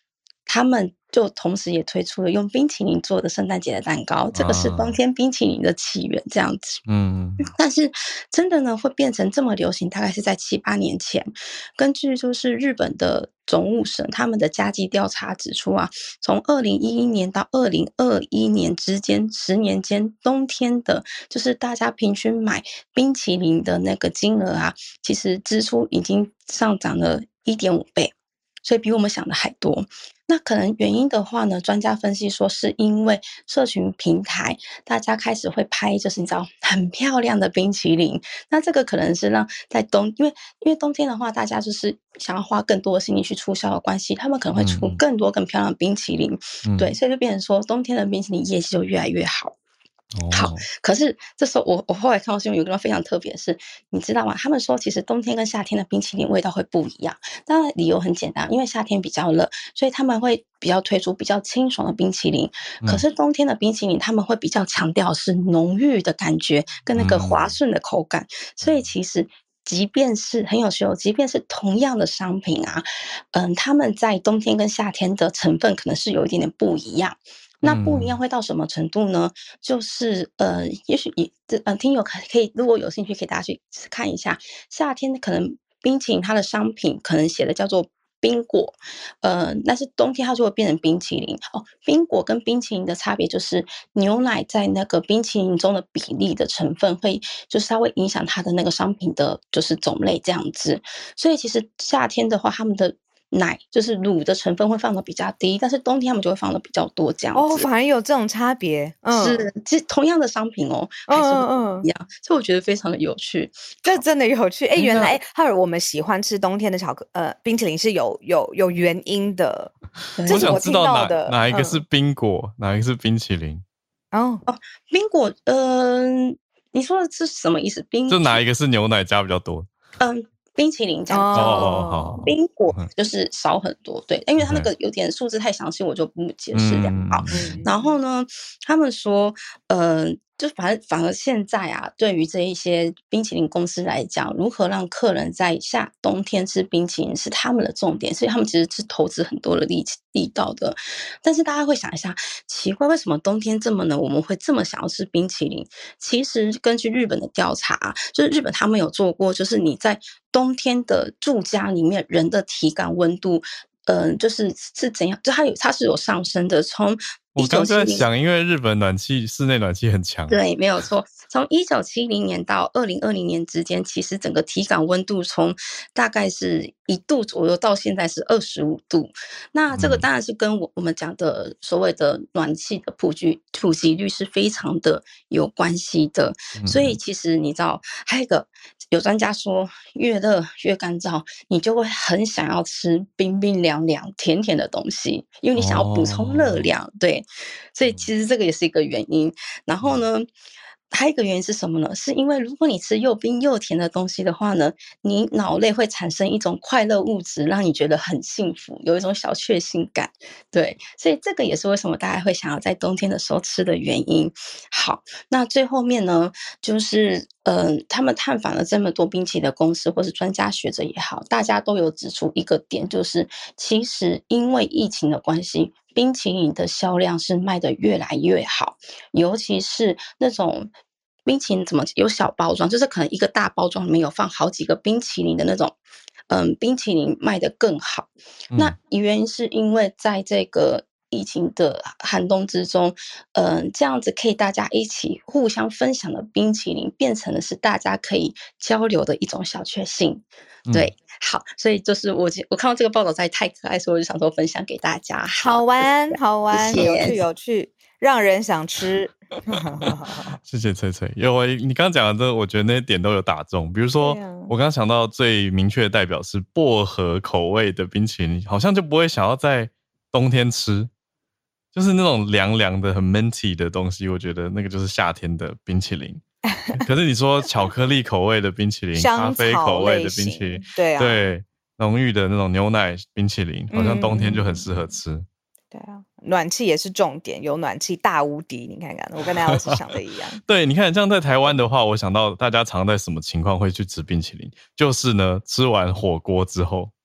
他们就同时也推出了用冰淇淋做的圣诞节的蛋糕，这个是冬天冰淇淋的起源这样子。 嗯， 但是真的呢会变成这么流行，大概是在七八年前。根据就是日本的总务省他们的家计调查指出啊，从二零一一年到二零二一年之间十年间，冬天的就是大家平均买冰淇淋的那个金额啊，其实支出已经上涨了 一点五倍，所以比我们想的还多。那可能原因的话呢，专家分析说是因为社群平台大家开始会拍就是你知道很漂亮的冰淇淋，那这个可能是让在冬因为因为冬天的话大家就是想要花更多的心力去促销的关系，他们可能会出更多更漂亮的冰淇淋、嗯、对，所以就变成说冬天的冰淇淋业绩就越来越好。好，可是这时候我我后来看到新闻有个非常特别的是，你知道吗？他们说其实冬天跟夏天的冰淇淋味道会不一样。当然理由很简单，因为夏天比较热，所以他们会比较推出比较清爽的冰淇淋。可是冬天的冰淇淋他们会比较强调是浓郁的感觉跟那个滑顺的口感。所以其实即便是很有趣哦，即便是同样的商品啊，嗯，他们在冬天跟夏天的成分可能是有一点点不一样。那不一样会到什么程度呢？嗯、就是呃，也许也呃，听友可可以，如果有兴趣，可以大家去看一下。夏天可能冰淇淋它的商品可能写的叫做冰果，呃，但是冬天它就会变成冰淇淋哦。冰果跟冰淇淋的差别就是牛奶在那个冰淇淋中的比例的成分会，就是它会影响它的那个商品的，就是种类这样子。所以其实夏天的话，他们的奶就是乳的成分会放的比较低，但是冬天他们就会放的比较多这样子。 哦，反而有这种差别。 嗯，是，其实同样的商品哦，还是不一样，所以我觉得非常的有趣。 这真的有趣。哎，原来浩尔我们喜欢吃冬天的巧克呃冰淇淋是有有有原因的。 我想知道哪哪一个是冰果，嗯、哪一个是冰淇淋。 哦哦，冰果，嗯、呃，你说的是什么意思？冰就哪一个是牛奶加比较多？ 嗯。冰淇淋这样子，哦，冰果就是少很多，对，因为它那个有点数字太详细，我就不解释这样。好，然后呢，他们说，呃，就反而反而现在啊，对于这一些冰淇淋公司来讲，如何让客人在夏冬天吃冰淇淋是他们的重点，所以他们其实是投资很多的力力道的。但是大家会想一下，奇怪，为什么冬天这么冷，我们会这么想要吃冰淇淋？其实根据日本的调查，就是日本他们有做过，就是你在冬天的住家里面人的体感温度，嗯、呃，就是是怎样？就它有它是有上升的。从我刚才想，因为日本暖气室内暖气很强， 对，没有错。从一九七零年到二零二零年之间，其实整个体感温度从大概是一度左右到现在是二十五度。那这个当然是跟我我们讲的所谓的暖气的普及普及率是非常的有关系的。嗯、所以其实你知道，还有一个有专家说，越热越干燥，你就会很想要吃冰冰凉凉、甜甜的东西，因为你想要补充热量。哦、对，所以其实这个也是一个原因。然后呢？还有一个原因是什么呢？是因为如果你吃又冰又甜的东西的话呢，你脑内会产生一种快乐物质，让你觉得很幸福，有一种小确幸感。对，所以这个也是为什么大家会想要在冬天的时候吃的原因。好，那最后面呢，就是呃，他们探访了这么多冰淇淋的公司或是专家学者也好，大家都有指出一个点，就是其实因为疫情的关系，冰淇淋的销量是卖得越来越好，尤其是那种冰淇淋怎么有小包装，就是可能一个大包装里面有放好几个冰淇淋的那种，嗯，冰淇淋卖得更好。嗯、那原因是因为在这个疫情的寒冬之中，嗯，这样子可以大家一起互相分享的冰淇淋，变成的是大家可以交流的一种小确幸。对，嗯、好，所以就是我我看到这个报道实在太可爱，所以我就想说分享给大家。 好玩，好玩，有趣，有趣，让人想吃。 谢谢翠翠，因为你刚刚讲的这个，我觉得那些点都有打中。比如说，啊、我刚刚想到最明确的代表是薄荷口味的冰淇淋，好像就不会想要在冬天吃。就是那种凉凉的很 minty 的东西，我觉得那个就是夏天的冰淇淋。可是你说巧克力口味的冰淇淋，咖啡口味的冰淇淋， 对啊， 对，浓郁的那种牛奶冰淇淋，好像冬天就很适合吃。嗯、 对啊，暖气也是重点，有暖气大无敌。你看看，我跟大家是想的一样。 对，你看，像在台湾的话，我想到大家常在什么情况会去吃冰淇淋，就是呢，吃完火锅之后。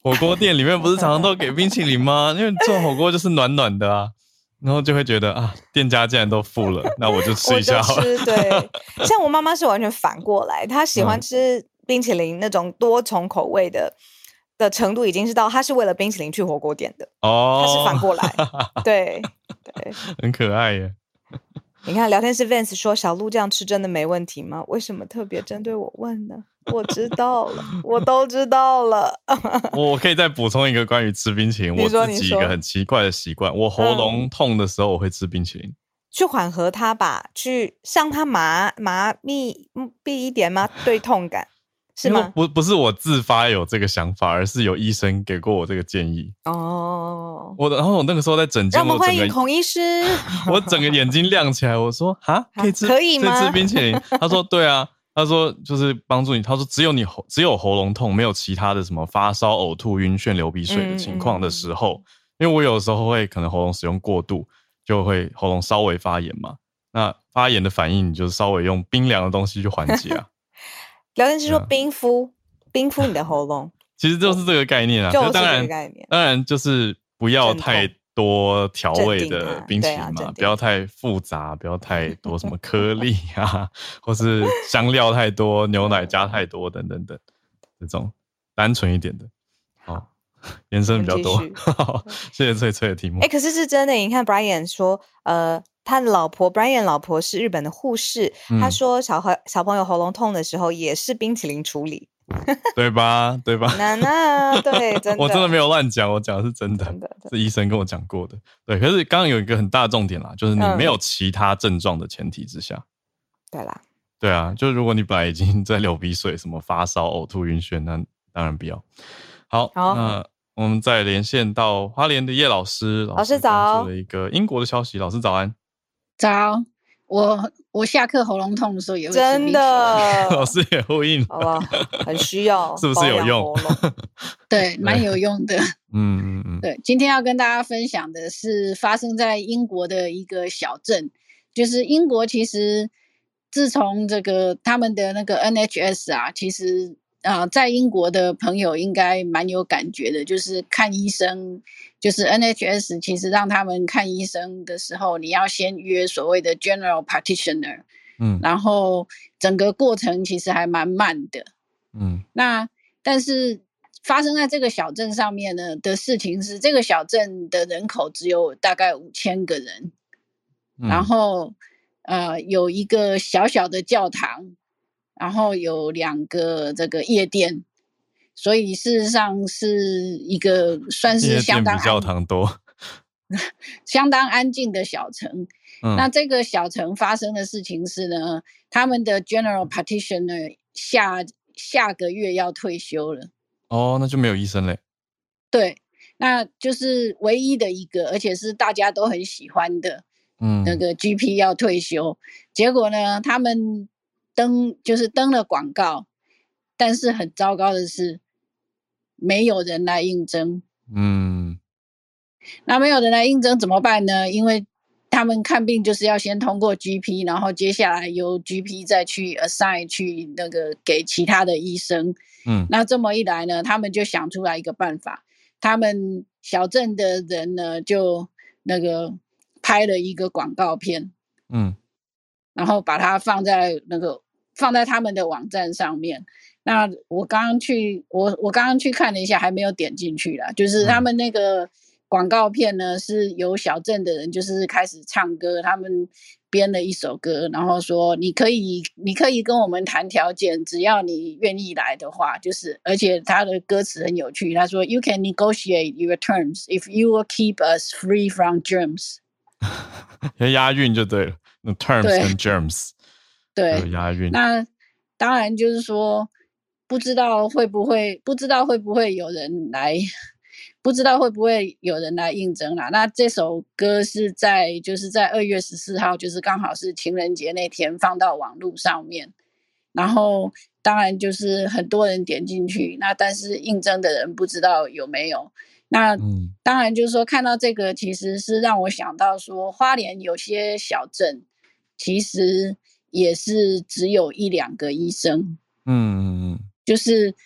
火锅店里面不是常常都给冰淇淋吗？因为做火锅就是暖暖的啊，然后就会觉得啊，店家既然都付了，那我就吃一下好了。 我就吃，对，像我妈妈是完全反过来，她喜欢吃冰淇淋那种多重口味的的程度，已经是到她是为了冰淇淋去火锅店的哦，她是反过来，对对， 很可爱耶。 你看聊天室 Vance 说小鹿这样吃真的没问题吗？为什么特别针对我问呢？我知道了，我都知道了。 我可以再补充一个关于吃冰淇淋，我自己一个很奇怪的习惯，我喉咙痛的时候我会吃冰淇淋，嗯、 去缓和它吧，去让它麻麻密闭一点吗？对痛感是吗？ 不不是我自发有这个想法，而是有医生给过我这个建议。 哦， 我然后我那个时候在诊间， 让我们欢迎孔医师。 我整个眼睛亮起来，我说哈，可以吃可以吗？ 可以吃冰淇淋？他说对啊。他说就是帮助你，他说只有你喉只有喉咙痛，没有其他的什么发烧、呕吐、晕眩、流鼻水的情况的时候，嗯嗯、因为我有时候会可能喉咙使用过度，就会喉咙稍微发炎嘛。那发炎的反应，你就稍微用冰凉的东西去缓解啊。 聊天是说冰敷，冰敷你的喉咙， 其实就是这个概念啊。 就是这个概念，当然就是不要太多调味的冰淇淋嘛，啊、不要太复杂，不要太多什么颗粒啊，或是香料太多，牛奶加太多等等等，这种单纯一点的。好，延伸比较多。谢谢翠翠的题目。 哎、欸，可是是真的，你看 Brian 说，呃，他的老婆 Brian 老婆是日本的护士，嗯、他说小孩小朋友喉咙痛的时候也是冰淇淋处理。 对吧？对吧？ 那那对，真的， 我真的没有乱讲，我讲的是真的， 真的是医生跟我讲过的。对，可是刚刚有一个很大的重点啦，就是你没有其他症状的前提之下。嗯、 对啦， 对啊，就如果你本来已经在流鼻水、什么发烧、呕吐、晕眩，那当然不要。好，好那我们再连线到花莲的叶老师， 老师早， 了一个英国的消息，老师早安。 早。我我下课喉咙痛的时候也会吃真的， 老师也呼应， 好吧，很需要， 是不是有用？ 对，蛮有用的。 嗯嗯嗯， 对，今天要跟大家分享的是发生在英国的一个小镇，就是英国其实自从这个他们的那个 N H S 啊，其实啊、呃，在英国的朋友应该蛮有感觉的，就是看医生。就是 N H S 其实让他们看医生的时候，你要先约所谓的 General Practitioner， 嗯，然后整个过程其实还蛮慢的，嗯，那但是发生在这个小镇上面呢的事情是，这个小镇的人口只有大概五千个人，嗯、然后呃有一个小小的教堂，然后有两个这个夜店。所以事实上是一个算是相当比教堂多相当安静的小城、嗯、那这个小城发生的事情是呢，他们的 General Practitioner 下下个月要退休了。 哦，那就没有医生嘞。 对，那就是唯一的一个，而且是大家都很喜欢的、嗯、那个 G P 要退休。结果呢，他们登就是登了广告，但是很糟糕的是没有人来应征。嗯，那没有人来应征怎么办呢？因为他们看病就是要先通过 G P， 然后接下来由 G P 再去 assign 去那个给其他的医生。嗯，那这么一来呢，他们就想出来一个办法，他们小镇的人呢就那个拍了一个广告片，嗯，然后把它放在那个放在他们的网站上面。那我刚刚去我我刚刚去看了一下，还没有点进去啦。就是他们那个广告片呢，是由小镇的人就是开始唱歌，他们编了一首歌，然后说你可以你可以跟我们谈条件，只要你愿意来的话，就是而且他的歌词很有趣，他说 You can negotiate your terms if you will keep us free from germs。 押韵就对了，那 terms 跟 germs 对有押韵。 那当然就是说不知道会不会不知道会不会有人来不知道会不会有人来应征啦。那这首歌是在就是在二月十四号，就是刚好是情人节那天放到网络上面，然后当然就是很多人点进去，那但是应征的人不知道有没有。那当然就是说看到这个其实是让我想到说，花莲有些小镇其实也是只有一两个医生。嗯嗯嗯，就是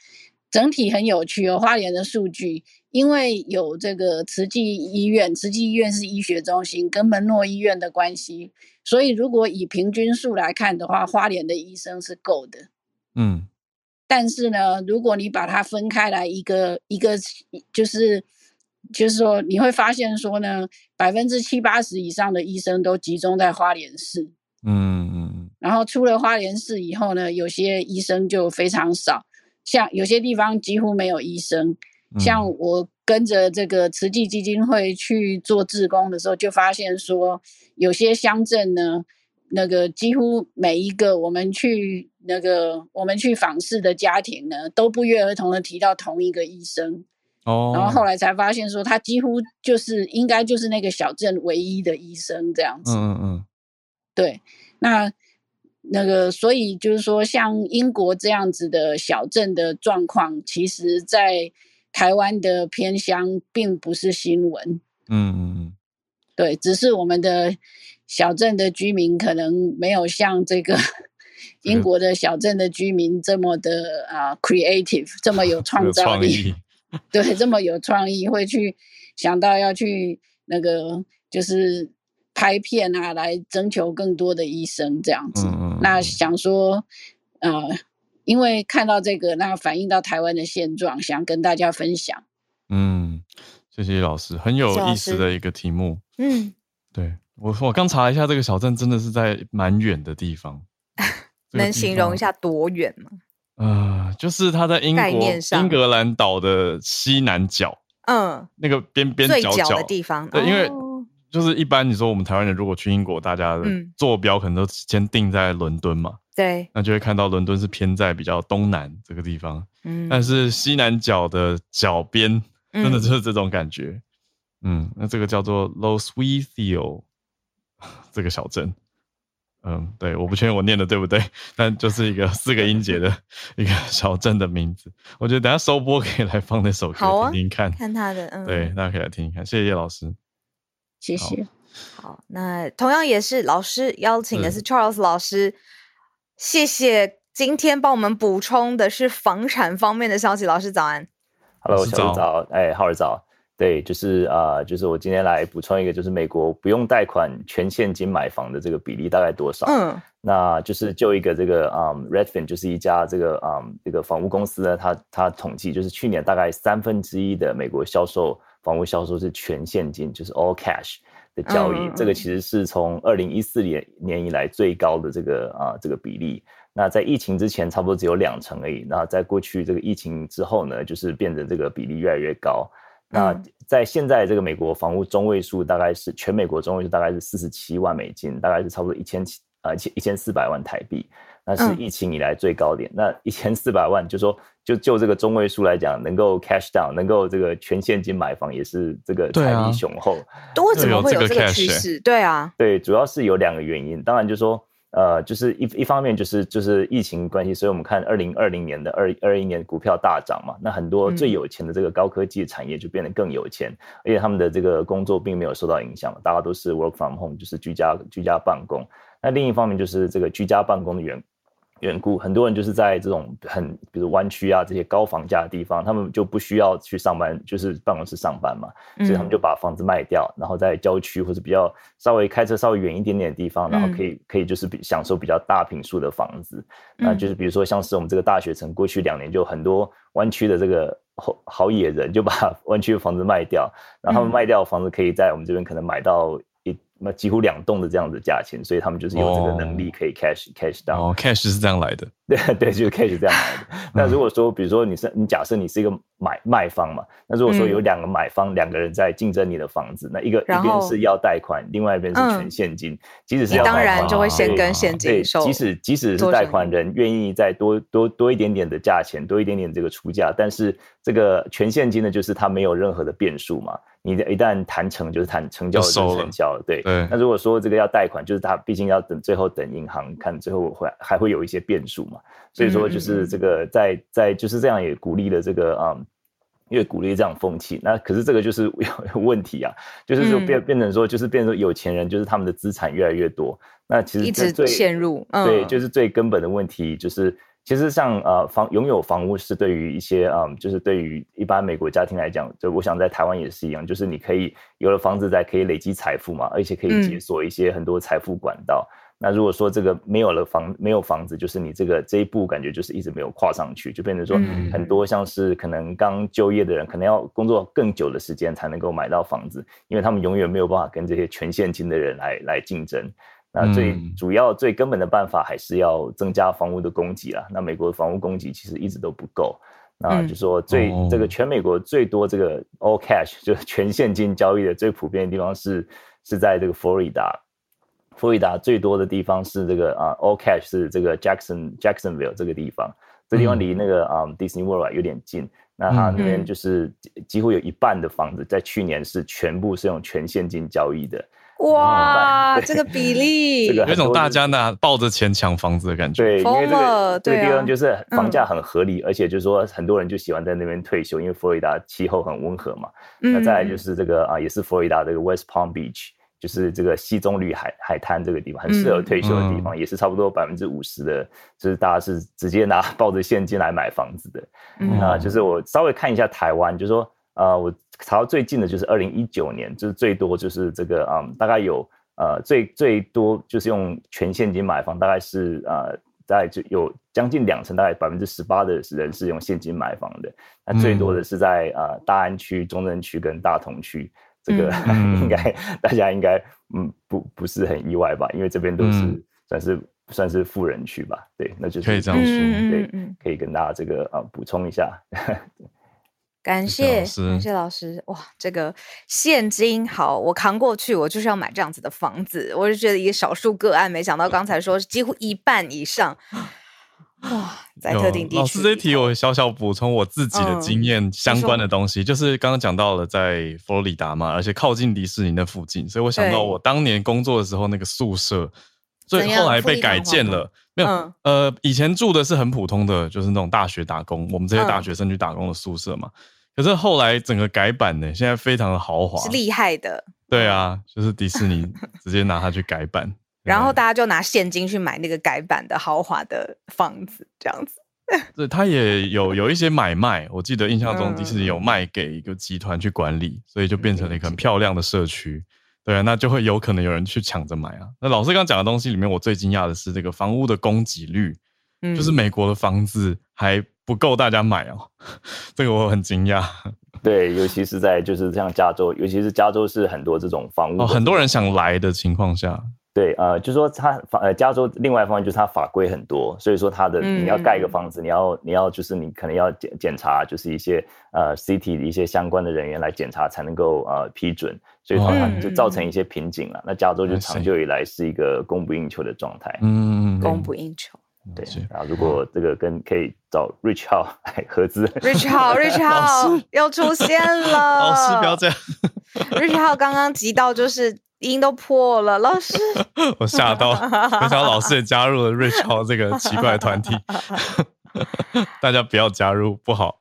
整体很有趣哦，花莲的数据，因为有这个慈济医院，慈济医院是医学中心，跟门诺医院的关系，所以如果以平均数来看的话，花莲的医生是够的。 嗯， 但是呢，如果你把它分开来，一个一个就是就是说，你会发现说呢，百分之七八十以上的医生都集中在花莲市。 嗯嗯， 然后出了花莲市以后呢，有些医生就非常少，像有些地方几乎没有医生。像我跟着这个慈济基金会去做志工的时候，就发现说，有些乡镇呢，那个几乎每一个我们去那个我们去访视的家庭呢，都不约而同的提到同一个医生。哦，然后后来才发现说，他几乎就是应该就是那个小镇唯一的医生这样子。 嗯嗯， 对，那那个所以就是说，像英国这样子的小镇的状况，其实在台湾的偏乡并不是新闻。 嗯嗯嗯， 对，只是我们的小镇的居民可能没有像这个英国的小镇的居民这么的啊、uh, creative， 这么有创造力。对，这么有创意，会去想到要去那个就是拍片啊，来征求更多的医生这样子。嗯嗯嗯，那想说，呃，因为看到这个，那反映到台湾的现状，想跟大家分享。 嗯，谢谢老师，很有意思的一个题目。 嗯， 对，我我刚查了一下，这个小镇真的是在蛮远的地方。 能形容一下多远吗？ 呃，就是它在英国英格兰岛的西南角， 嗯， 那个边边角角的地方。 对，哦，因为就是一般你说我们台湾人如果去英国，大家的坐标可能都先定在伦敦嘛， 对， 那就会看到伦敦是偏在比较东南这个地方，嗯，但是西南角的角边真的就是这种感觉，嗯，嗯，那这个叫做 Lostwithiel 这个小镇。嗯，对，我不确定我念的对不对，但就是一个四个音节的一个小镇的名字。我觉得等一下收播可以来放那首歌听听看， 啊，看他的，嗯， 对，大家可以来听听看。谢谢叶老师， 谢谢。 好，好，那同样也是老师邀请的是 Charles 老师，谢谢今天帮我们补充的是房产方面的消息。老师早安。 Hello， 小鹿早，哎，浩儿早。对，就是啊、呃，就是我今天来补充一个，就是美国不用贷款全现金买房的这个比例大概多少？嗯，那就是就一个这个啊、um, Redfin 就是一家这个啊、um, 这个房屋公司呢，它它统计就是去年大概三分之一的美国销售房屋销售是全现金，就是 all cash 的交易，嗯、这个其实是从二零一四年年以来最高的这个啊、呃、这个比例。那在疫情之前差不多只有两成而已，那在过去这个疫情之后呢，就是变成这个比例越来越高。那在现在这个美国房屋中位数大概是全美国中位数大概是四十七万美金，大概是差不多一千呃一千四百万台币，那是疫情以来最高点。嗯、那一千四百万就说就就这个中位数来讲，能够 cash down， 能够这个全现金买房也是这个财力雄厚。 为什么会有这个趋势？对啊， 对，主要是有两个原因，当然就是说。呃，就是一一方面就是就是疫情关系，所以我们看二零二零年的二二一年股票大涨嘛，那很多最有钱的这个高科技产业就变得更有钱，嗯、而且他们的这个工作并没有受到影响，大家都是 work from home， 就是居家居家办公。那另一方面就是这个居家办公的缘缘故，很多人就是在这种很比如湾区啊这些高房价的地方，他们就不需要去上班，就是办公室上班嘛，所以他们就把房子卖掉，然后在郊区或者比较稍微开车稍微远一点点的地方，然后可以、嗯、可以就是享受比较大坪数的房子。那就是比如说像是我们这个大学城，过去两年就很多湾区的这个好野人就把湾区的房子卖掉，然后他们卖掉的房子可以在我们这边可能买到一那几乎两栋的这样的价钱，所以他们就是有这个能力可以 cash、哦、cash down。 哦 ，cash 是这样来的。 对对，就是 cash 这样来的。那如果说，比如说你是你假设你是一个买卖方嘛，那如果说有两个买方，两、嗯、个人在竞争你的房子，那一个一边是要贷款，另外一边是全现金。嗯、即使是要贷款， 当然就会先跟现金收。 即使即使是贷款人愿意再多多多一点点的价钱，多一点点这个出价，但是这个全现金呢，就是它没有任何的变数嘛。你一旦谈成，就是谈成交了就成交了，对。对。那如果说这个要贷款，就是他毕竟要等最后等银行看最后会还会有一些变数嘛，所以说就是这个在在就是这样也鼓励了这个嗯，越鼓励这样风气。那可是这个就是有问题啊，就是说变变成说就是变成说有钱人就是他们的资产越来越多，那其实一直陷入， 嗯、对，就是最根本的问题就是。 其实像呃房拥有房屋是对于一些嗯，就是对于一般美国家庭来讲，就我想在台湾也是一样，就是你可以有了房子在可以累积财富嘛，而且可以解锁一些很多财富管道。嗯，那如果说这个没有了房没有房子，就是你这个这一步感觉就是一直没有跨上去，就变成说很多像是可能刚就业的人，可能要工作更久的时间才能够买到房子，因为他们永远没有办法跟这些全现金的人来来竞争。那最主要最根本的办法还是要增加房屋的供给啦。那美国的房屋供给其实一直都不够。那就说最、嗯、这个全美国最多这个 all cash 就是全现金交易的最普遍的地方是是在这个佛罗里达。佛罗里达最多的地方是这个啊、uh, all cash 是这个 Jackson Jacksonville 这个地方，这地方离那个啊、um, Disney World 有点近。那它那边就是几乎有一半的房子在去年是全部是用全现金交易的。 哇，这个比例， 这个有一种大家拿抱着钱抢房子的感觉。 对，因为这个这个地方就是房价很合理，嗯、而且就是说很多人就喜欢在那边退休，因为佛罗里达气候很温和嘛。嗯、那再来就是这个啊，也是佛罗里达这个 West Palm Beach， 就是这个西棕榈海海滩这个地方，很适合退休的地方，嗯、也是差不多百分之五十的，就是大家是直接拿抱着现金来买房子的。嗯、那就是我稍微看一下台湾，就是说。呃，我查到最近的就是二零一九年，就是最多就是这个嗯，大概有呃最最多就是用全现金买房，大概是呃大概就有将近两成，大概百分之十八的人是用现金买房的。那最多的是在、嗯、呃大安区、中正区跟大同区，这个、嗯、应该大家应该嗯不不是很意外吧？因为这边都是、嗯、算是算是富人区吧？对，那就是可以这样说， 对，可以跟大家这个呃补充一下。 感谢感谢老师，哇，这个现金好，我扛过去，我就是要买这样子的房子。我就觉得一个少数个案，没想到刚才说几乎一半以上，哇，在特定地区。 老师这一题我小小补充我自己的经验相关的东西，嗯、就是刚刚讲到了在佛罗里达嘛，而且靠近迪士尼那附近，所以我想到我当年工作的时候那个宿舍，所以后来被改建了。没有，嗯、呃，以前住的是很普通的，就是那种大学打工，我们这些大学生去打工的宿舍嘛。嗯、可是后来整个改版呢，现在非常的豪华， 是厉害的。 对啊，就是迪士尼直接拿它去改版， 然后大家就拿现金去买那个改版的豪华的房子，这样子。 对，它也有有一些买卖，我记得印象中迪士尼有卖给一个集团去管理，所以就变成了一个很漂亮的社区。对啊，那就会有可能有人去抢着买啊。那老师刚讲的东西里面，我最惊讶的是这个房屋的供给率，嗯、就是美国的房子还不够大家买哦，这个我很惊讶。 对，尤其是在就是像加州，尤其是加州是很多这种房屋、 哦，很多人想来的情况下。 对，呃，就是说它呃，加州另外一方面就是它法规很多，所以说它的你要盖一个房子，嗯、你要你要就是你可能要检检查，就是一些呃 city 的一些相关的人员来检查才能够呃批准，所以它就造成一些瓶颈了。嗯、那加州就长久以来是一个供不应求的状态， 嗯，供不应求。 对，然后如果这个跟可以找 Rich 号来合资 ，Rich 号 ，Rich 号又出现了， 老师不要这样 ，Rich 号刚刚急到就是音都破了，老师， 我嚇到，没想到老师也加入了 Rich 号这个奇怪的团体，大家不要加入，不好。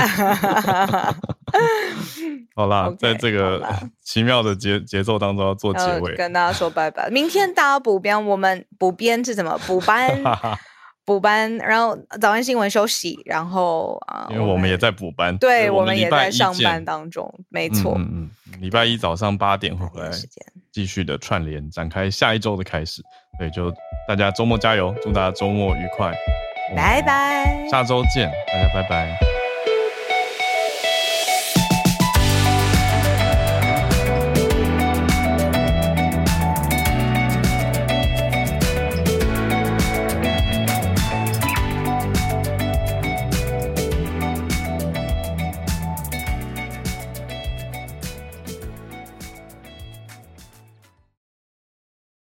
好啦， okay, 在这个奇妙的节节奏当中要做结尾， 跟大家说拜拜。明天大家补编，我们补编是什么？补班。补班，然后早安新闻休息，然后啊， 因为我们也在补班， 对，我们也在上班当中，没错。 嗯嗯，礼拜一早上八点会回来，继续的串联，展开下一周的开始。对，就大家周末加油，祝大家周末愉快， 拜拜， 下周见，大家拜拜。